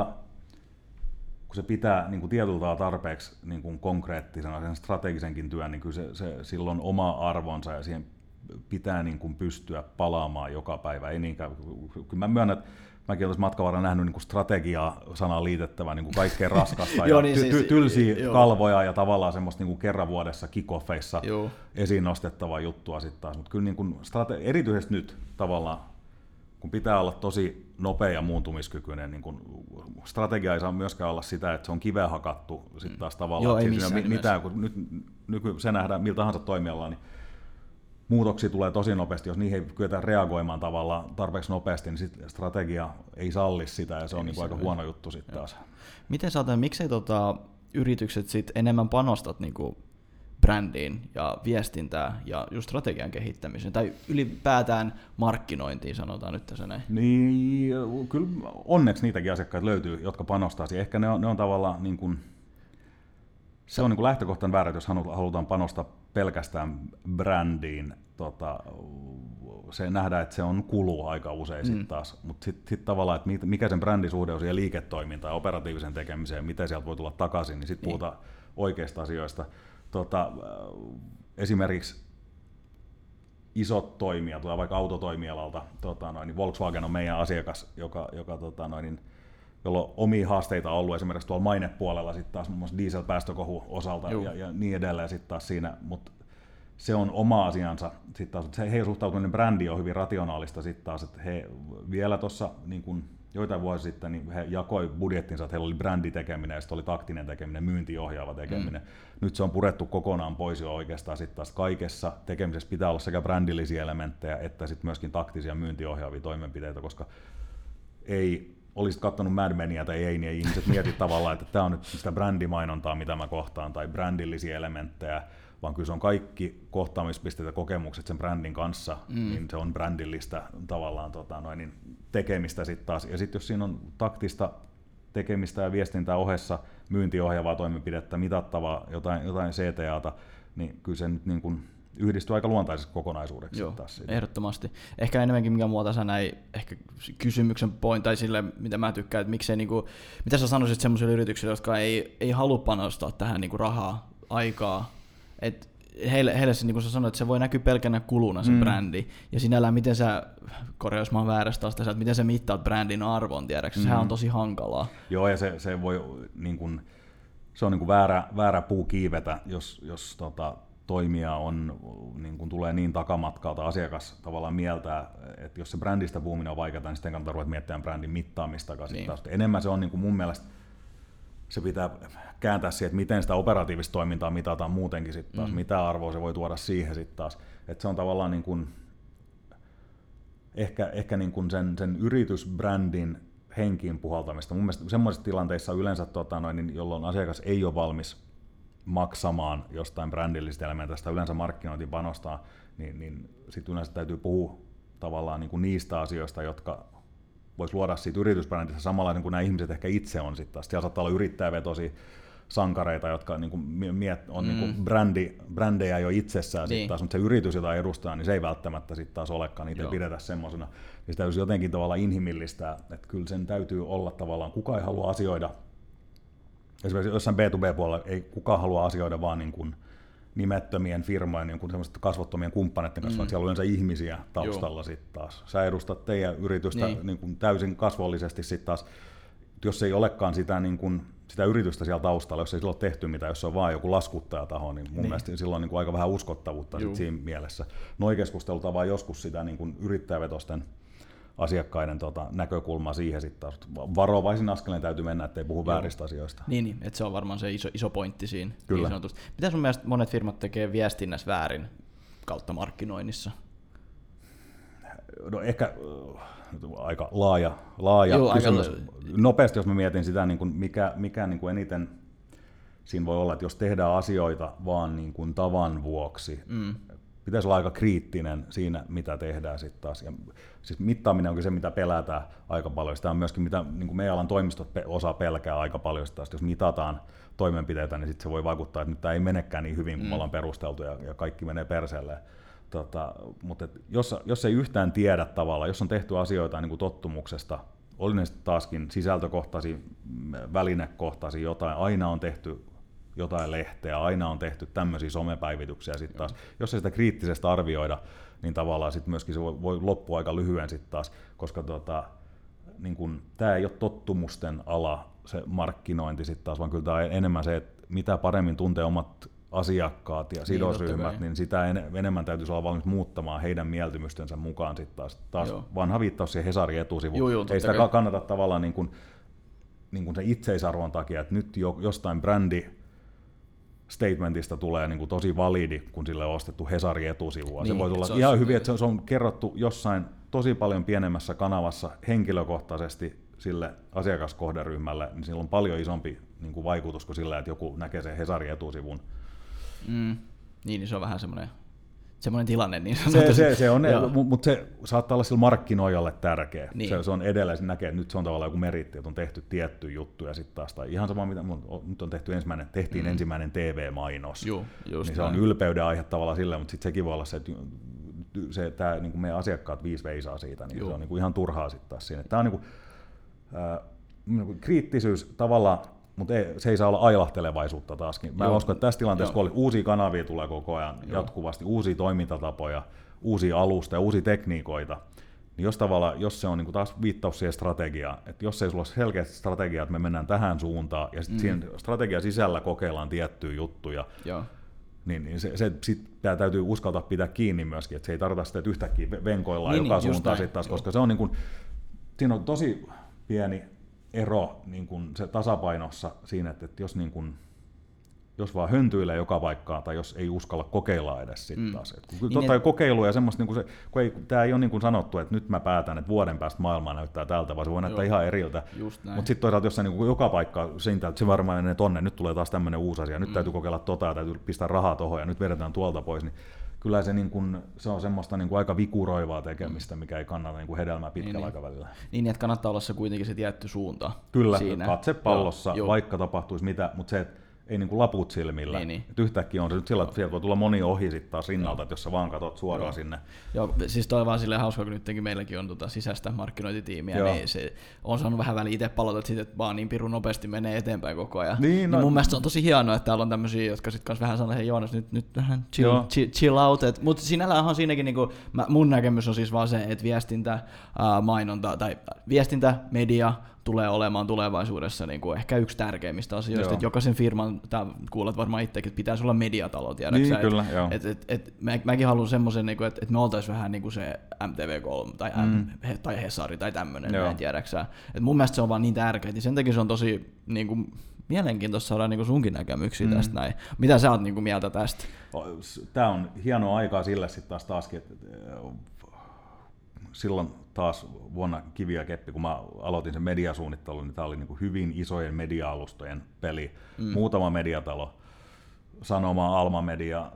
kun se pitää niin kuin tietyllä tarpeeksi niin kuin konkreettisena sen strategisenkin työn, niin kyllä se silloin oma arvonsa ja siihen pitää niin kuin pystyä palaamaan joka päivä. Ei niinkään, kyllä mä myönnän, että mäkin olen tässä matkan varrella nähnyt niin kuin strategia-sanaa liitettävää niin kuin kaikkein raskasta ja tylsiä kalvoja ja tavallaan semmoista niin kuin kerran vuodessa kick-offeissa esiin nostettavaa juttua sitten taas. Mutta kyllä niin kuin erityisesti nyt tavallaan, kun pitää olla tosi nopea ja muuntumiskykyinen, niin kun strategia ei saa myöskään olla sitä, että se on kiveen hakattu sitten taas tavallaan. Joo, ei mitään, kun nyt se nähdään millä tahansa toimialalla, niin muutoksia tulee tosi nopeasti, jos niihin ei kyetä reagoimaan tavallaan tarpeeksi nopeasti, niin sit strategia ei salli sitä ja se on niin aika huono juttu sitten taas. Miksei yritykset sit enemmän panostat niinku brändiin ja viestintään ja just strategian kehittämiseen, tai ylipäätään markkinointiin, sanotaan nyt tässä näin. Niin, kyllä onneksi niitäkin asiakkaita löytyy, jotka panostaa siihen. Ehkä ne on tavallaan, niin kuin, se on niin kuin lähtökohtainen väärä, jos halutaan panostaa pelkästään brändiin. Se nähdään, että se on kulu aika usein sitten taas, mutta sitten tavallaan, että mikä sen brändisuhde on siihen liiketoimintaan, operatiivisen tekemiseen, miten sieltä voi tulla takaisin, niin sitten puhutaan oikeista asioista. Esimerkiksi isot toimijat, tulee vaikka autotoimialalta, niin Volkswagen on meidän asiakas, jolla on omia haasteita ollut esimerkiksi tuolla mainepuolella sitten taas muun muassa dieselpäästökohun osalta ja niin edelleen sitten taas siinä, mutta se on oma asiansa. Sitten taas, he suhtautuminen brändiin on hyvin rationaalista sitten taas, että he vielä tuossa niin kuin joitain vuosia sitten niin he jakoi budjettinsa, että heillä oli bränditekeminen ja sitten oli taktinen tekeminen, myyntiohjaava tekeminen. Nyt se on purettu kokonaan pois jo oikeastaan sitten taas kaikessa tekemisessä pitää olla sekä brändillisiä elementtejä että sitten myöskin taktisia myyntiohjaavia toimenpiteitä, koska ei olisit katsonut Mad Menia tai ei, niin ihmiset mietit tavallaan, että tämä on nyt sitä brändimainontaa, mitä mä kohtaan, tai brändillisiä elementtejä, vaan kyllä se on kaikki kohtaamispisteet ja kokemukset sen brändin kanssa, niin se on brändillistä tavallaan niin tekemistä sitten taas. Ja sitten jos siinä on taktista tekemistä ja viestintää ohessa, myyntiohjaavaa toimenpidettä, mitattavaa, jotain CTAta, niin kyllä se nyt niin kuin yhdistyy aika luontaisesti kokonaisuudeksi. Joo, taas ehdottomasti. Ehkä enemmänkin mikä mua tässä näin, ehkä kysymyksen point, tai sille, mitä mä tykkään, että miksei, niin kuin, mitä sä sanoisit semmoisille yrityksille, jotka ei halua panostaa tähän niin kuin rahaa, aikaa, että heille se, niin kuin sä sanoit, että se voi näkyä pelkänä kuluna se brändi, ja sinällään miten sä, jos mä oon väärästä taas tässä, että miten sä mittaat brändin arvon, tiedäksä, sehän on tosi hankalaa. Joo, ja se voi, niin kuin, se on niin kuin väärä puu kiivetä, jos toimija on, niin kun tulee niin takamatkalta, asiakas tavallaan mieltää, että jos se brändistä puhuminen on vaikeaa, niin sitten kannattaa ruveta miettimään brändin mittaamista. Niin. Enemmän se on niin kuin mun mielestä, se pitää kääntää siihen, että miten sitä operatiivista toimintaa mitataan muutenkin sitten taas, mitä arvoa se voi tuoda siihen sitten taas. Että se on tavallaan niin kuin, ehkä niin kuin sen yritysbrändin henkiin puhaltamista. Mun mielestä semmoisissa tilanteissa yleensä, jolloin asiakas ei ole valmis maksamaan jostain brändillisistä elementistä, yleensä markkinointiin panostaa, niin sitten yleensä täytyy puhua tavallaan niin kuin niistä asioista, jotka voisi luoda siitä yritysbrändistä samalla niin kuin nämä ihmiset ehkä itse on sitten taas. Siellä saattaa olla yrittäjävetoisia sankareita, jotka niin kuin on niin kuin brändejä jo itsessään, niin. Taas, mutta se yritys, jota edustaa, niin se ei välttämättä sitten taas olekaan, niitä ei pidetä semmoisena. Niin sitä täytyy jotenkin tavallaan inhimillistää, että kyllä sen täytyy olla tavallaan, kuka ei halua asioida. Esimerkiksi jossain B2B-puolella ei kukaan halua asioida vaan niin kuin nimettömien firmojen, niin kuin semmoisten kasvottomien kumppaneiden kanssa, vaan siellä on yleensä ihmisiä taustalla sitten taas. Sä edustat teidän yritystä niin kuin täysin kasvollisesti sitten taas, jos ei olekaan sitä, niin kuin, sitä yritystä siellä taustalla, jos ei sillä ole tehty mitään, jos se on vaan joku laskuttajataho, niin mun mielestä silloin on niin kuin aika vähän uskottavuutta sit siinä mielessä. Noi keskustelut on vaan joskus sitä niin kuin yrittäjävetosten asiakkaiden näkökulmaa siihen sitten taas. Varovaisin askeleen täytyy mennä, ettei puhu vääristä asioista. Niin, että se on varmaan se iso pointti siinä. Kyllä. Niin mitä sun mielestä monet firmat tekee viestinnässä väärin kautta markkinoinnissa? No ehkä aika laaja kysymys. Nopeasti, jos mä mietin sitä, niin kuin mikä niin kuin eniten siinä voi olla, että jos tehdään asioita vaan niin kuin tavan vuoksi, pitäisi olla aika kriittinen siinä, mitä tehdään sitten taas. Ja siis mittaaminen onkin se, mitä pelätään aika paljon. Sitä on myöskin, mitä niin kuin meidän alan toimistot osaa pelkää aika paljon. Taas. Jos mitataan toimenpiteitä, niin sitten se voi vaikuttaa, että nyt tämä ei menekään niin hyvin, kun me ollaan perusteltu ja kaikki menee perseelle. Mutta jos ei yhtään tiedä tavallaan, jos on tehty asioita niin kuin tottumuksesta, oli ne sitten taaskin sisältökohtaisia, välinekohtaisia jotain, aina on tehty jotain lehteä, aina on tehty tämmöisiä somepäivityksiä sitten taas. Jos ei sitä kriittisesti arvioida, niin tavallaan sitten myöskin se voi loppua aika lyhyen sitten taas, koska niin kun, tämä ei ole tottumusten ala, se markkinointi sitten taas, vaan kyllä tämä on enemmän se, että mitä paremmin tuntee omat asiakkaat ja sidosryhmät, niin sitä enemmän täytyisi olla valmis muuttamaan heidän mieltymystensä mukaan sitten taas vanha viittaus siihen Hesarin etusivuun. Ei sitä kannata tavallaan niin kuin sen itseisarvon takia, että nyt jostain statementista tulee niin kuin tosi validi, kun sille on ostettu Hesarin etusivua. Niin, se voi tulla ihan hyvin, että se on kerrottu jossain tosi paljon pienemmässä kanavassa henkilökohtaisesti sille asiakaskohderyhmälle, niin sillä on paljon isompi niin kuin vaikutus kuin sillä, että joku näkee sen Hesarin etusivun. Niin se on vähän semmoinen tilanne. Niin se on, mutta se saattaa olla sillä markkinoijalle tärkeä. Niin. Se on edelleen, se näkee, että nyt se on tavallaan joku meritti, että on tehty tiettyjä juttuja sitten taas. Tai ihan sama, mitä nyt on tehtiin ensimmäinen TV-mainos. Niin se on ylpeyden aihe tavallaan silleen, mutta sitten sekin voi olla se, että tämä niin meidän asiakkaat veisaa siitä, niin se on niin ihan turhaa sitten taas siinä. Tämä on niin kriittisyys tavallaan, mutta se ei saa olla ailahtelevaisuutta taaskin. Mä uskon, että tässä tilanteessa, kun uusia kanavia tulee koko ajan jatkuvasti, uusia toimintatapoja, uusia alustoja, uusia tekniikoita, niin jos se on niin taas viittaus siihen strategiaan, että jos ei sulla ole selkeä strategia, että me mennään tähän suuntaan, ja sitten siinä strategian sisällä kokeillaan tiettyjä juttuja, niin sitä täytyy uskaltaa pitää kiinni myöskin, että se ei tarkoita sitä, että yhtäkkiä venkoillaan joka suuntaan sitten taas, koska se on siinä on tosi pieni ero niin kuin se tasapainossa siinä, että jos vaan höntyilee joka paikkaan tai jos ei uskalla kokeilla edes sitten taas. Totta kai kokeilu ja semmoista, niin tämä ei ole niin kuin sanottu, että nyt mä päätän, että vuoden päästä maailma näyttää tältä, vaan se voi näyttää ihan eriltä. Mutta sitten toisaalta jossain niin joka paikka siitä, että se varmaan menee tonne, nyt tulee taas tämmöinen uusi asia, nyt täytyy kokeilla ja täytyy pistää rahaa tohon ja nyt vedetään tuolta pois, niin kyllä se, se on semmoista aika vikuroivaa tekemistä, mikä ei kannata hedelmää pitkällä aikavälillä. Niin, että kannattaa olla se kuitenkin se tietty suunta. Kyllä, katse pallossa, vaikka tapahtuisi mitä, mutta se, ei laput silmillä. Et yhtäkkiä on se nyt sillä, että sieltä voi tulla moni ohi sitten taas rinnalta, että jos sä vaan katot suoraan sinne. Joo, siis toi on vaan silleen hauska, kun nytkin meilläkin on sisäistä markkinointitiimiä, niin se on saanut vähän väliin itse palotat siitä, että vaan niin pirun nopeasti menee eteenpäin koko ajan. Niin mun mielestä se on tosi hienoa, että täällä on tämmöisiä, jotka sitten kanssa vähän sanoo, hei Joonas, nyt vähän chill out. Mutta sinällähän siinäkin, mun näkemys on siis vaan se, että viestintä, mainonta tai viestintä, media, tulee olemaan tulevaisuudessa niin kuin ehkä yksi tärkeimmistä asioista, että jokaisen firman, kuulet varmaan itsekin, että pitäisi olla mediatalo, tiedätkö niin, kyllä, mäkin haluan semmoisen, että me oltaisiin vähän niin kuin se MTV3 tai Hesari tai tämmöinen, näin tiedäksä. Et mun mielestä se on vaan niin tärkeää, niin sen takia se on tosi niin kuin, mielenkiintoista saada niin kuin sunkin näkemyksiä tästä näin. Mitä sä oot niin kuin mieltä tästä? Tämä on hienoa aikaa sille sitten taaskin, että silloin taas vuonna Kivi ja Keppi, kun mä aloitin sen mediasuunnittelun, niin tämä oli niin kuin hyvin isojen media-alustojen peli. Muutama mediatalo, Sanoma, Alma Media,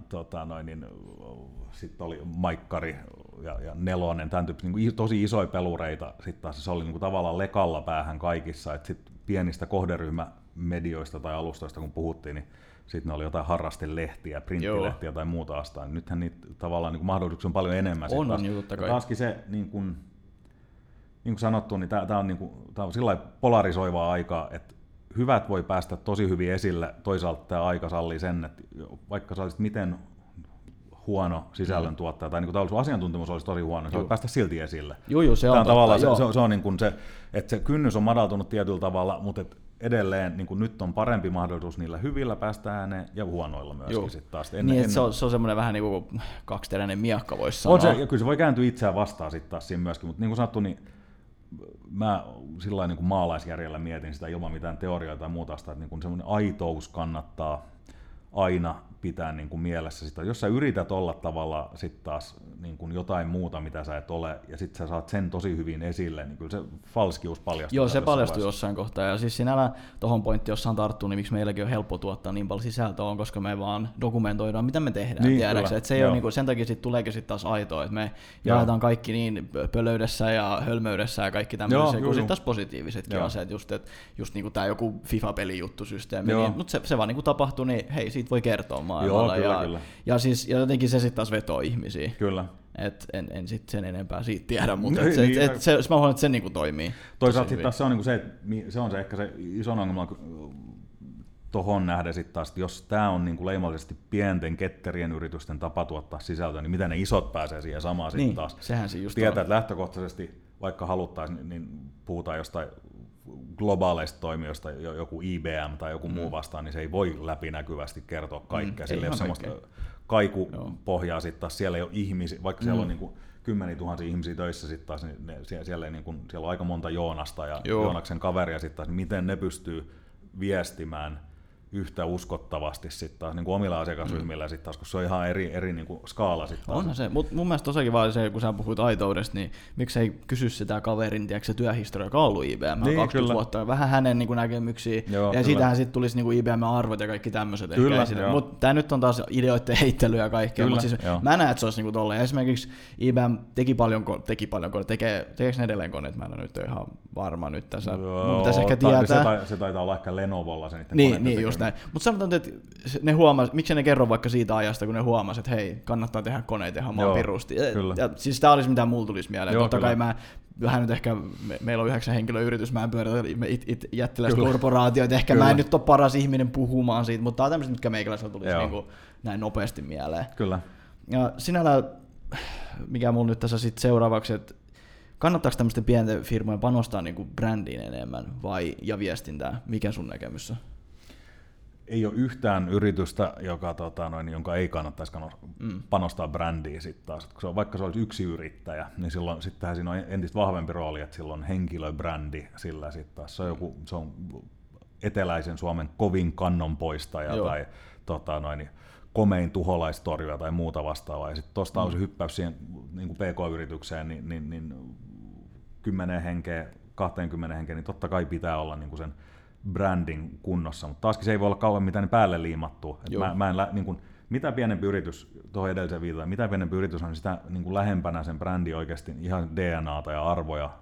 sitten oli Maikkari ja Nelonen, tämän tyyppisiä niin tosi isoja pelureita. Sitten taas se oli niin kuin tavallaan lekalla päähän kaikissa, että sitten pienistä kohderyhmämedioista tai alustoista kun puhuttiin, niin sitten ne oli jotain harrastelehtiä, printtilehtiä tai muuta astaan. Nythän niitä tavallaan niin mahdollisuuksia on paljon enemmän. On totta kai. Taaskin se, niin kuin sanottu, niin tämä on sillä lailla polarisoivaa aikaa, että hyvät voi päästä tosi hyvin esille. Toisaalta tämä aika sallii sen, että vaikka sä olisit miten huono sisällöntuottaja, tai niin kuin asiantuntemus olisi tosi huono, niin se voi päästä silti esille. Se on tavallaan se on niin kuin se, että se kynnys on madaltunut tietyllä tavalla, mutta edelleen niin kuin nyt on parempi mahdollisuus niillä hyvillä päästä ääneen ja huonoilla myöskin sitten taas. Se on semmoinen vähän niin kuin kaksiteräinen miakka voisi sanoa. On se, ja kyllä se voi kääntyä itseään vastaan sitten taas siinä myöskin, mutta niin kuin sanottu, niin mä sillä niin kuin maalaisjärjellä mietin sitä ilman mitään teoriaa tai muuta, että niin kuin semmoinen aitous kannattaa aina pitää niin kuin mielessä sitä. Jos sä yrität olla tavalla sitten taas niin kuin jotain muuta, mitä sä et ole, ja sitten sä saat sen tosi hyvin esille, niin kyllä se falskius paljastuu. Joo, se paljastuu jossain kohtaa. Ja siis sinällä tohon pointti, jos on tarttuu, niin miksi meilläkin on helppo tuottaa niin paljon sisältöä, on, koska me vaan dokumentoidaan, mitä me tehdään, niin, tiedäksä. Että se ei ole, niin kuin, sen takia sitten tuleekin sitten taas aitoa, että me jaetaan kaikki niin pölöydessä ja hölmöydessä ja kaikki tämmöisessä, kun sitten taas positiivisetkin asiat, just niin kuin tämä joku FIFA-pelijuttusysteemi, niin, mutta se vaan niin kuin tapahtuu, niin hei, siitä voi kertoa maailmalla. Kyllä. Ja jotenkin se sitten taas vetoo ihmisiä. Kyllä. En sitten sen enempää siitä tiedä, mutta mä huomaan, että se niinku toimii. Toisaalta sitten taas se on, niinku se on se ehkä se iso ongelma tuohon nähden sitten taas, että jos tämä on niinku leimallisesti pienten ketterien yritysten tapa tuottaa sisältöä, niin miten ne isot pääsee siihen samaan sitten taas. Sehän se just tietää, että lähtökohtaisesti, vaikka haluttaisiin, niin puhutaan jostain globaaleista toimijoista, joku IBM tai joku muu vastaan, niin se ei voi läpinäkyvästi kertoa kaikkea. Sillä ei ole semmoista kaikupohjaa sitten taas, siellä ei ole ihmisiä, vaikka siellä on niin kuin 10 000 ihmisiä töissä sitten taas, niin siellä on aika monta Joonasta ja Joonaksen kaveria sitten taas, niin miten ne pystyy viestimään yhtä uskottavasti sitten taas niin kuin omilla asiakasryhmillä sitten taas, koska se on ihan eri niin kuin skaala sitten taas. Onhan se, mutta mun mielestä tosiaankin vaan se, kun sä puhuit aitoudesta, niin miksei kysy sitä kaverin, se työhistoria, joka on ollut IBM niin, 20 vuotta, vähän hänen niin kuin näkemyksiä, joo, ja siitähän sitten tulisi niin kuin IBM-arvot ja kaikki tämmöiset ehkä esille. Mutta tämä nyt on taas ideoiden heittelyä ja kaikkea, mutta siis mä näen, että se olisi niin kuin tolleen. Esimerkiksi IBM tekeekö ne edelleen koneet, mä en ole nyt ihan varma nyt tässä, mun pitäisi ehkä tietää. Se taitaa olla ehkä Lenovolla se niiden niin just näin. Mutta sanotaan, että ne huomasi, miksi ne kerro vaikka siitä ajasta, kun ne huomasi, että hei, kannattaa tehdä koneita ihan maan pirusti. Ja siis tämä olisi mitä mulla tulisi mieleen. Totta kai mä vähän nyt ehkä, meillä on 9 henkilön yritys, mä en pyöritä jättiläiskorporaatioita, ehkä mä en nyt ole paras ihminen puhumaan siitä, mutta tämä on tämmöiset, mitkä meikäläisellä tulisi niin kuin näin nopeasti mieleen. Kyllä. Ja sinällään, mikä mulla nyt tässä sitten seuraavaksi, että kannattaako tämmöisten pienten firmojen panostaa niin kuin brändiin enemmän ja viestintään? Mikä sun näkemys on? Ei ole yhtään yritystä, jonka ei kannattaisi panostaa brändiin sitten taas. Vaikka se olisi yksi yrittäjä, niin silloin sittenhän siinä on entistä vahvempi rooli, että sillä on henkilöbrändi sillä sitten taas. Se on eteläisen Suomen kovin kannonpoistaja tai komein tuholaistorjuja tai muuta vastaavaa. Ja sitten tuosta on se hyppäys siihen niin kuin PK-yritykseen, niin 10 henkeä, 20 henkeä, niin totta kai pitää olla niin kuin sen brändin kunnossa, mutta taaskin se ei voi olla kauan mitään päälle liimattua. Mitä pienempi yritys, tuohon edelliseen viitataan, mitä pienempi yritys on, sitä niin kuin lähempänä sen brändi oikeasti ihan DNAta ja arvoja.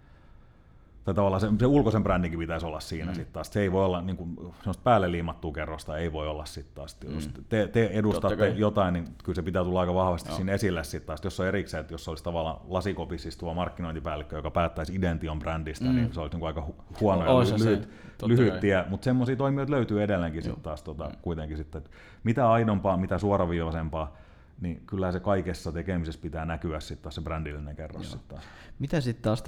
Tai tavallaan se ulkoisen brändinkin pitäisi olla siinä sitten taas. Se ei voi olla niin kuin, semmoista päälle liimattua kerrosta, ei voi olla sitten taas. Jos te edustatte jotain, niin kyllä se pitää tulla aika vahvasti siinä esille sitten taas. Jos on erikseen, että jos olisi tavallaan lasikopissa istuva markkinointipäällikkö, joka päättäisi Idention brändistä, niin se olisi niin kuin aika huono ja lyhyt tie. Mutta semmoisia toimijoita löytyy edelleenkin sitten taas kuitenkin sitten. Mitä aidompaa, mitä suoraviivaisempaa, niin kyllä se kaikessa tekemisessä pitää näkyä sitten taas se brändillinen kerros sitten taas. Mitä sitten taas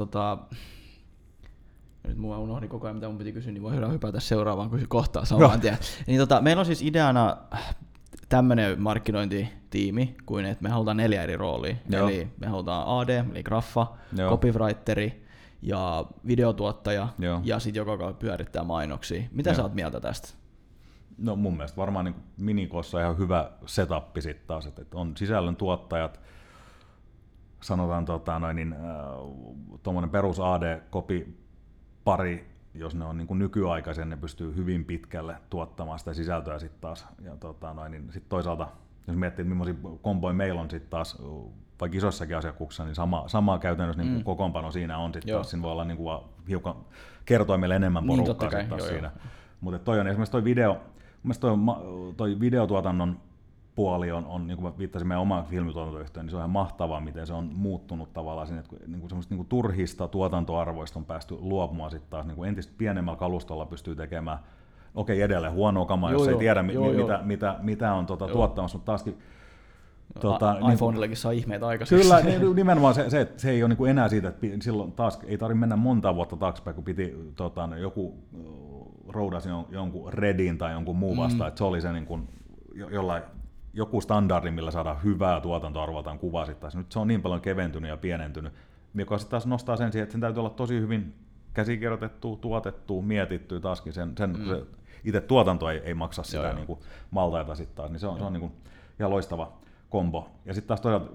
nyt mua unohdin koko ajan, mitä mun piti kysyä, niin voi hypätä seuraavaan kohtaan samaan tien. Niin meillä on siis ideana tämmöinen markkinointitiimi, kuin että me halutaan 4 eri roolia. Eli me halutaan AD, eli graffa, copywriteri ja videotuottaja, ja sitten joka pyörittää mainoksia. Mitä sä oot mieltä tästä? No mun mielestä varmaan niin Minikossa on ihan hyvä setappi sitten taas, että on sisällön tuottajat, sanotaan tuommoinen perus AD-copy, pari, jos ne on niin kuin nykyaikaisia, ne pystyy hyvin pitkälle tuottamaan sitä sisältöä sitten taas. Ja niin sit toisaalta, jos miettii, että millaisia komboja meillä on sitten taas, vaikka isoissakin asiakkuuksissa, niin sama käytännössä niin kokoonpano siinä on sitten taas. Siinä voi olla niin kuin hiukan kertoa meille enemmän porukkaa niin, taas siinä. Mutta toi on esimerkiksi toi videotuotannon puoli on niin kuin viittasin meidän omaan filmituotantoyhtiöön, niin se on ihan mahtavaa, miten se on muuttunut tavallaan sinne, että niin semmoista niin turhista tuotantoarvoista on päästy luopumaan sitten taas niin entistä pienemmällä kalustolla pystyy tekemään, edelleen huonoa kamaa, jos ei tiedä mitä on tuottamassa, mutta taaskin iPhoneillekin saa ihmeitä aikaisemmin. Kyllä, nimenomaan se ei ole niin kuin enää siitä, että silloin taas ei tarvitse mennä monta vuotta taaksepäin, kun piti joku roudasi jonkun Redin tai jonkun muun vastaan, että se oli se niin kuin jollain joku standardi, millä saadaan hyvää tuotantoarvoa kuvaa sitten taas. Nyt se on niin paljon keventynyt ja pienentynyt, joka sitten taas nostaa sen siihen, että sen täytyy olla tosi hyvin käsikirjoitettu, tuotettu, mietitty taaskin. Se itse tuotanto ei maksa sitä niin kuin maltaita sitten taas, niin se on niin kuin ihan loistava kombo. Ja sitten taas toisaalta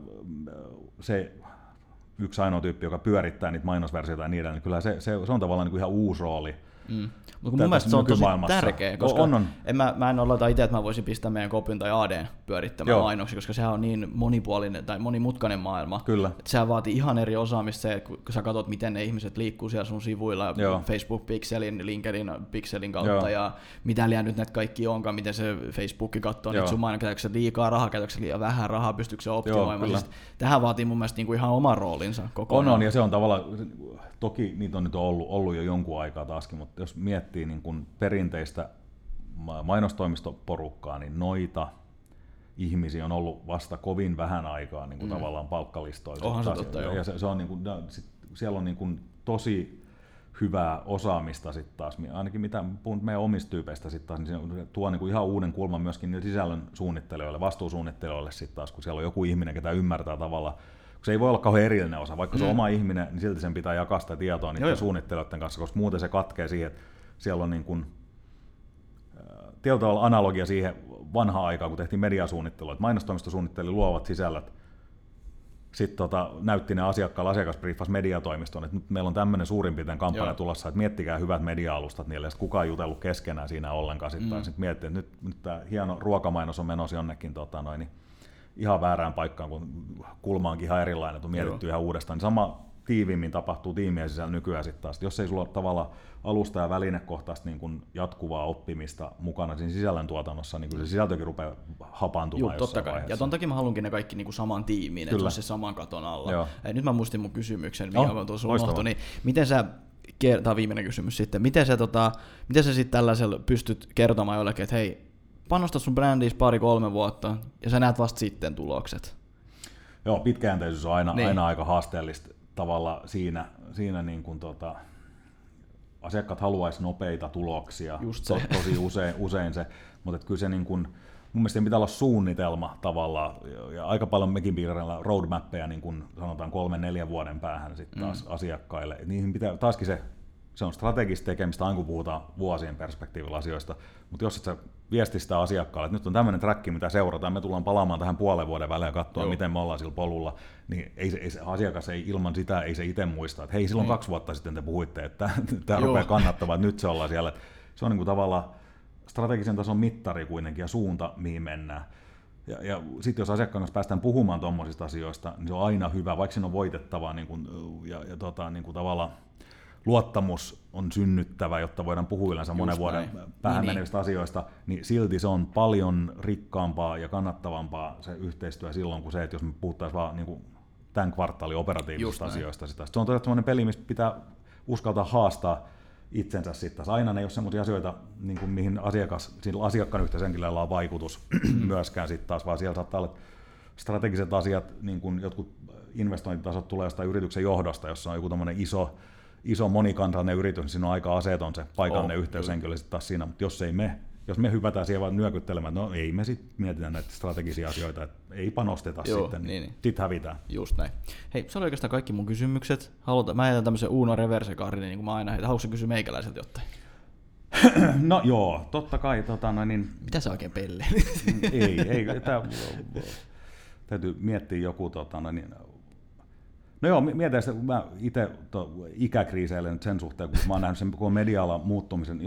se yksi ainoa tyyppi, joka pyörittää niitä mainosversioita ja niitä, niin kyllä se on tavallaan niin kuin ihan uusi rooli. Mutta mun mielestä se on tosi tärkeä, koska mä en oleta itse, että mä voisin pistää meidän Copyn tai ADn pyörittämään mainoksia, koska sehän on niin monipuolinen tai monimutkainen maailma. Kyllä. Että sehän vaatii ihan eri osaamista se, kun sä katsot, miten ne ihmiset liikkuu siellä sun sivuilla, Facebook-pikselin, LinkedIn-pikselin kautta ja mitä liian nyt näitä kaikki onkaan, miten se Facebook katsoo, että sun mainoksia, käytätkö liikaa rahaa, käytätkö liian vähän rahaa, pystyykö se optimoimaan. Siis tähän vaatii mun mielestä niinku ihan oma roolinsa kokonaan. On, ja se on tavallaan, toki niitä on nyt ollut jo jonkun aikaa taaskin, mutta jos miettii niin kuin perinteistä mainostoimistoporukkaa, niin noita ihmisiä on ollut vasta kovin vähän aikaa niin kuin tavallaan palkkalistoilla. Onhan se totta, ja se on niin kuin, siellä on niin kuin tosi hyvää osaamista sitten taas, ainakin mitä puhun meidän omista tyypeistä sitten taas, niin se tuo niin kuin ihan uuden kulman myöskin niille sisällön suunnittelijoille, vastuusuunnittelijoille sitten taas, kun siellä on joku ihminen, ketä ymmärtää tavallaan. Se ei voi olla kauhean erillinen osa, vaikka se on oma ihminen, niin silti sen pitää jakaa sitä tietoa niiden suunnittelijoiden kanssa, koska muuten se katkee siihen, että siellä on niin kuin tietyllä tavalla analogia siihen vanhaan aikaan, kun tehtiin mediasuunnittelua, että mainostoimisto suunnitteli luovat sisällöt, sitten näytti ne asiakkaalle, asiakasbriefasi mediatoimistoon, että nyt meillä on tämmöinen suurin piirtein kampanja tulossa, että miettikää hyvät media-alustat niille, ja sitten kukaan ei jutellut keskenään siinä ollenkaan. Sitten miettii, että nyt tämä hieno ruokamainos on menossa jonnekin niin ihan väärään paikkaan, kun kulma onkin ihan erilainen, että on mietitty ihan uudestaan. Niin sama tiiviimmin tapahtuu tiimien sisällä nykyään sitten taas. Jos ei sulla ole tavallaan alusta- ja välinekohtaista niin kuin jatkuvaa oppimista mukana siinä sisällöntuotannossa, niin kyllä se sisältökin rupeaa hapantumaan jossain vaiheessa. Ja ton takia mä haluankin ne kaikki niin kuin saman tiimiin, että se saman katon alla. Nyt mä muistin mun kysymyksen, mikä on tuossa unohtu, niin miten sä, tämä on viimeinen kysymys sitten, miten sä sitten tällaisella pystyt kertomaan jollekin, että hei, panosta sun brändiis 2-3 vuotta, ja sä näet vasta sitten tulokset. Joo, pitkäjänteisyys on aina aika haasteellista tavalla siinä niin kuin asiakkaat haluaisi nopeita tuloksia, tosi usein se, mutta kyllä se niin kuin, mun mielestä pitää olla suunnitelma tavallaan, ja aika paljon mekin piirrellä roadmappeja niin kuin sanotaan 3-4 vuoden päähän sitten taas asiakkaille, et niihin pitää, taaskin se on strategista tekemistä, aina kun puhutaan vuosien perspektiivillä asioista, mutta jos et sä viesti sitä asiakkaalle, että nyt on tämmöinen träkki, mitä seurataan, me tullaan palaamaan tähän puolen vuoden välein ja katsoa, miten me ollaan sillä polulla, niin se asiakas ei ilman sitä, ei se itse muista, että hei, silloin 2 vuotta sitten te puhuitte, että tämä rupeaa kannattavaa, että nyt se ollaan siellä. Se on niin kuin tavallaan strategisen tason mittari kuitenkin ja suunta, mihin mennään. Ja sitten jos asiakkaan kanssa päästään puhumaan tuommoisista asioista, niin se on aina hyvä, vaikka siinä on voitettavaa niin kuin, niin kuin tavallaan luottamus on synnyttävä, jotta voidaan puhua yleensä monen vuoden päähän menevistä asioista, niin silti se on paljon rikkaampaa ja kannattavampaa se yhteistyö silloin kuin se, että jos me puhuttaisiin vaan niin kuin tämän kvartaalin operatiivisista asioista. Se on todella sellainen peli, mistä pitää uskaltaa haastaa itsensä sitten. Aina ne ei ole sellaisia asioita, niin kuin mihin asiakkaan yhteishenkilöllä on vaikutus myöskään sitten taas, vaan siellä saattaa olla strategiset asiat, niin kuin jotkut investointitasot tulee jostain yrityksen johdosta, jossa on joku tämmöinen iso monikansallinen yritys, niin siinä on aika aseeton se paikallinen yhteyshenkilö sitten taas siinä, mutta jos me hypätään siihen vaan nyökyttelemään, no ei me sitten mietitä näitä strategisia asioita, että ei panosteta sitten, niin sitten hävitään. Just näin. Hei, se oli oikeastaan kaikki mun kysymykset. Mä heitän tämmöisen Uno reverse-kaardin, niin kuin mä aina heitän. Haluatko sä kysyä meikäläiseltä jotain? No joo, totta kai. Mitä sä oikein pellee? ei täytyy miettiä joku no joo, mietin sitä, kun mä itse ikäkriiseilen nyt sen suhteen, kun mä oon nähnyt sen koko media-alan muuttumisen.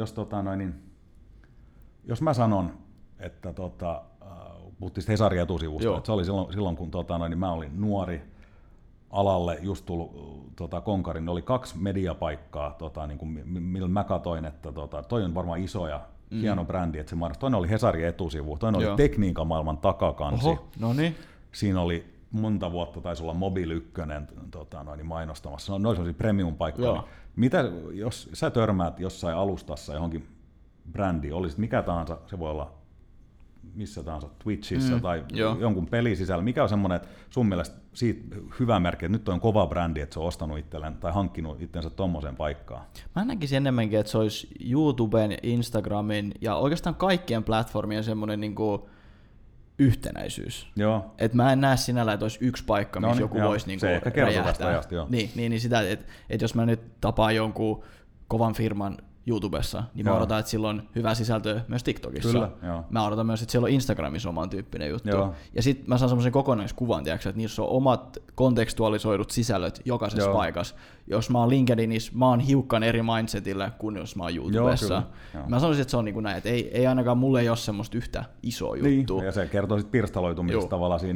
Jos mä sanon, että puhuttiin Hesarin etusivusta, että se oli silloin kun niin mä olin nuori, alalle just tullut konkarin, oli 2 mediapaikkaa, niin kuin, millä mä katsoin, että toi on varmaan iso ja hieno brändi, että se mainos. Toinen oli Hesarin etusivu, toinen oli tekniikan maailman takakansi. Oho, no niin. Siinä oli monta vuotta, taisi olla Mobil 1 mainostamassa. No sellaisia premium-paikkoja. Mitä, jos sä törmäät jossain alustassa johonkin brändiin, olisit mikä tahansa, se voi olla missä tahansa, Twitchissä tai jonkun pelisisällä, mikä on semmoinen, että sun mielestä siitä hyvä merkki, että nyt on kova brändi, että se on ostanut itselleen tai hankkinut itsensä tommoseen paikkaan? Mä näkisin enemmänkin, että se olisi YouTuben, Instagramin ja oikeastaan kaikkien platformien semmoinen niinku yhtenäisyys. Joo. Et mä en näe sinällä, että olisi yksi paikka, missä joku voisi niinku se ehkä kertoo tästä ajasta, joo. Niin sitä, että jos mä nyt tapaan jonkun kovan firman YouTubessa, niin mä odotan, että sillä on hyvää sisältöä myös TikTokissa. Kyllä, mä odotan myös, että siellä on Instagramissa oman tyyppinen juttu. Ja sitten mä saan semmoisen kokonaiskuvan, tiiäks, että niissä on omat kontekstualisoidut sisällöt jokaisessa paikassa. Jos mä oon LinkedInissä, mä oon hiukan eri mindsetillä kuin jos mä oon YouTubessa. Mä sanoisin, että se on niin kuin näin, että ei ainakaan mulle ei ole semmoista yhtä isoa juttua. Niin, ja se kertoo sitten pirstaloitumisesta tavallaan siinä,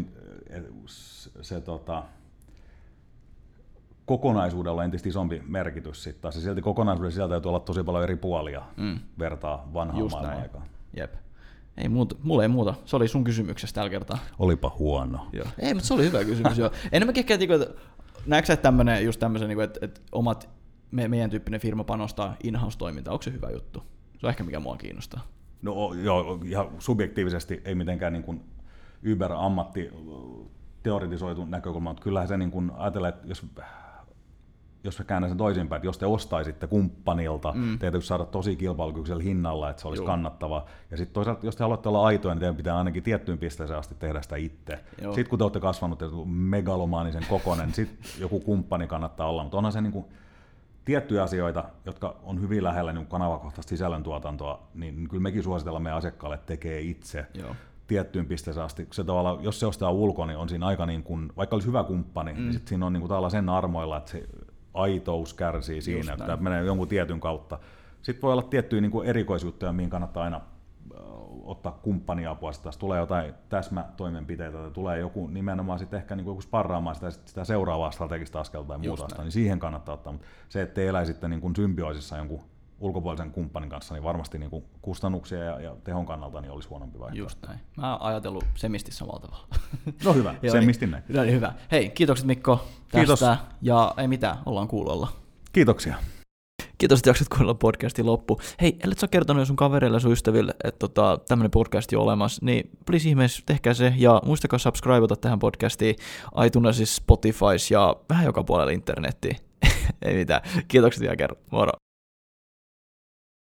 kokonaisuudella on entistä isompi merkitys sitten taas. Ja silti kokonaisuuden sieltä täytyy olla tosi paljon eri puolia vertaa vanhaan maailman aikaan. Jep. Ei muuta, mulla ei muuta. Se oli sun kysymyksestä tällä kertaa. Olipa huono. Joo. Ei, mutta se oli hyvä kysymys. Joo. Enemmänkin ehkä, että näetkö sä just tämmöisen, että omat, meidän tyyppinen firma panostaa in-house-toimintaan. Onko se hyvä juttu? Se on ehkä mikä mua kiinnostaa. No joo, ihan subjektiivisesti ei mitenkään niin kuin Uber-ammatti teoretisoitu näkökulma, mutta kyllähän se niin kuin ajatellaan, että jos mä käännän sen toisinpäin, että jos te ostaisitte kumppanilta, teidän täytyy saada tosi kilpailukykyisellä hinnalla, että se olisi kannattava. Ja sitten toisaalta, jos te haluatte olla aitoja, niin teidän pitää ainakin tiettyyn pisteeseen asti tehdä sitä itse. Sitten kun te olette kasvanut megalomaanisen kokoinen, niin sitten joku kumppani kannattaa olla. Mutta onhan se niin kuin, tiettyjä asioita, jotka on hyvin lähellä niin kanavakohtaista sisällöntuotantoa, niin kyllä mekin suositellaan meidän asiakkaalle, että tekee itse. Joo. Tiettyyn pisteeseen asti. Se tavallaan, jos se ostaa ulkoa, niin on siinä aika niin kuin, vaikka olisi hyvä kumppani, niin sit siinä on niin kuin tavallaan sen armoilla, että se aitous kärsii siinä, että tämä menee jonkun tietyn kautta. Sitten voi olla tiettyjä niin kuin erikoisjuttuja, mihin kannattaa aina ottaa kumppaniapua. Sitten taas tulee jotain täsmätoimenpiteitä, tai tulee joku nimenomaan sitten ehkä niin kuin joku sparraamaan sitä seuraavaa strategista askelta tai muuta, niin siihen kannattaa ottaa. Mutta se, että te eläisitte niin kuin symbioosissa jonkun ulkopuolisen kumppanin kanssa, niin varmasti niin kuin kustannuksia ja tehon kannalta niin olisi huonompi vaihtoehto. Just näin. Mä oon ajatellut semisti samalla tavalla. No hyvä, semisti näin. No niin, hyvä. Hei, kiitokset Mikko tästä. Kiitos. Ja ei mitään, ollaan kuulolla. Kiitoksia. Kiitos, että jaksat kuunnella podcastin loppu. Hei, ellet sä kertonut sun kavereille ja sun ystäville, että tämmönen podcast on olemassa, niin please ihmeessä tehkää se, ja muistakaa subscribeata tähän podcastiin iTunesissa, Spotifys ja vähän joka puolella internettiin. Ei mitään. Kiitokset vielä kerran. Moro.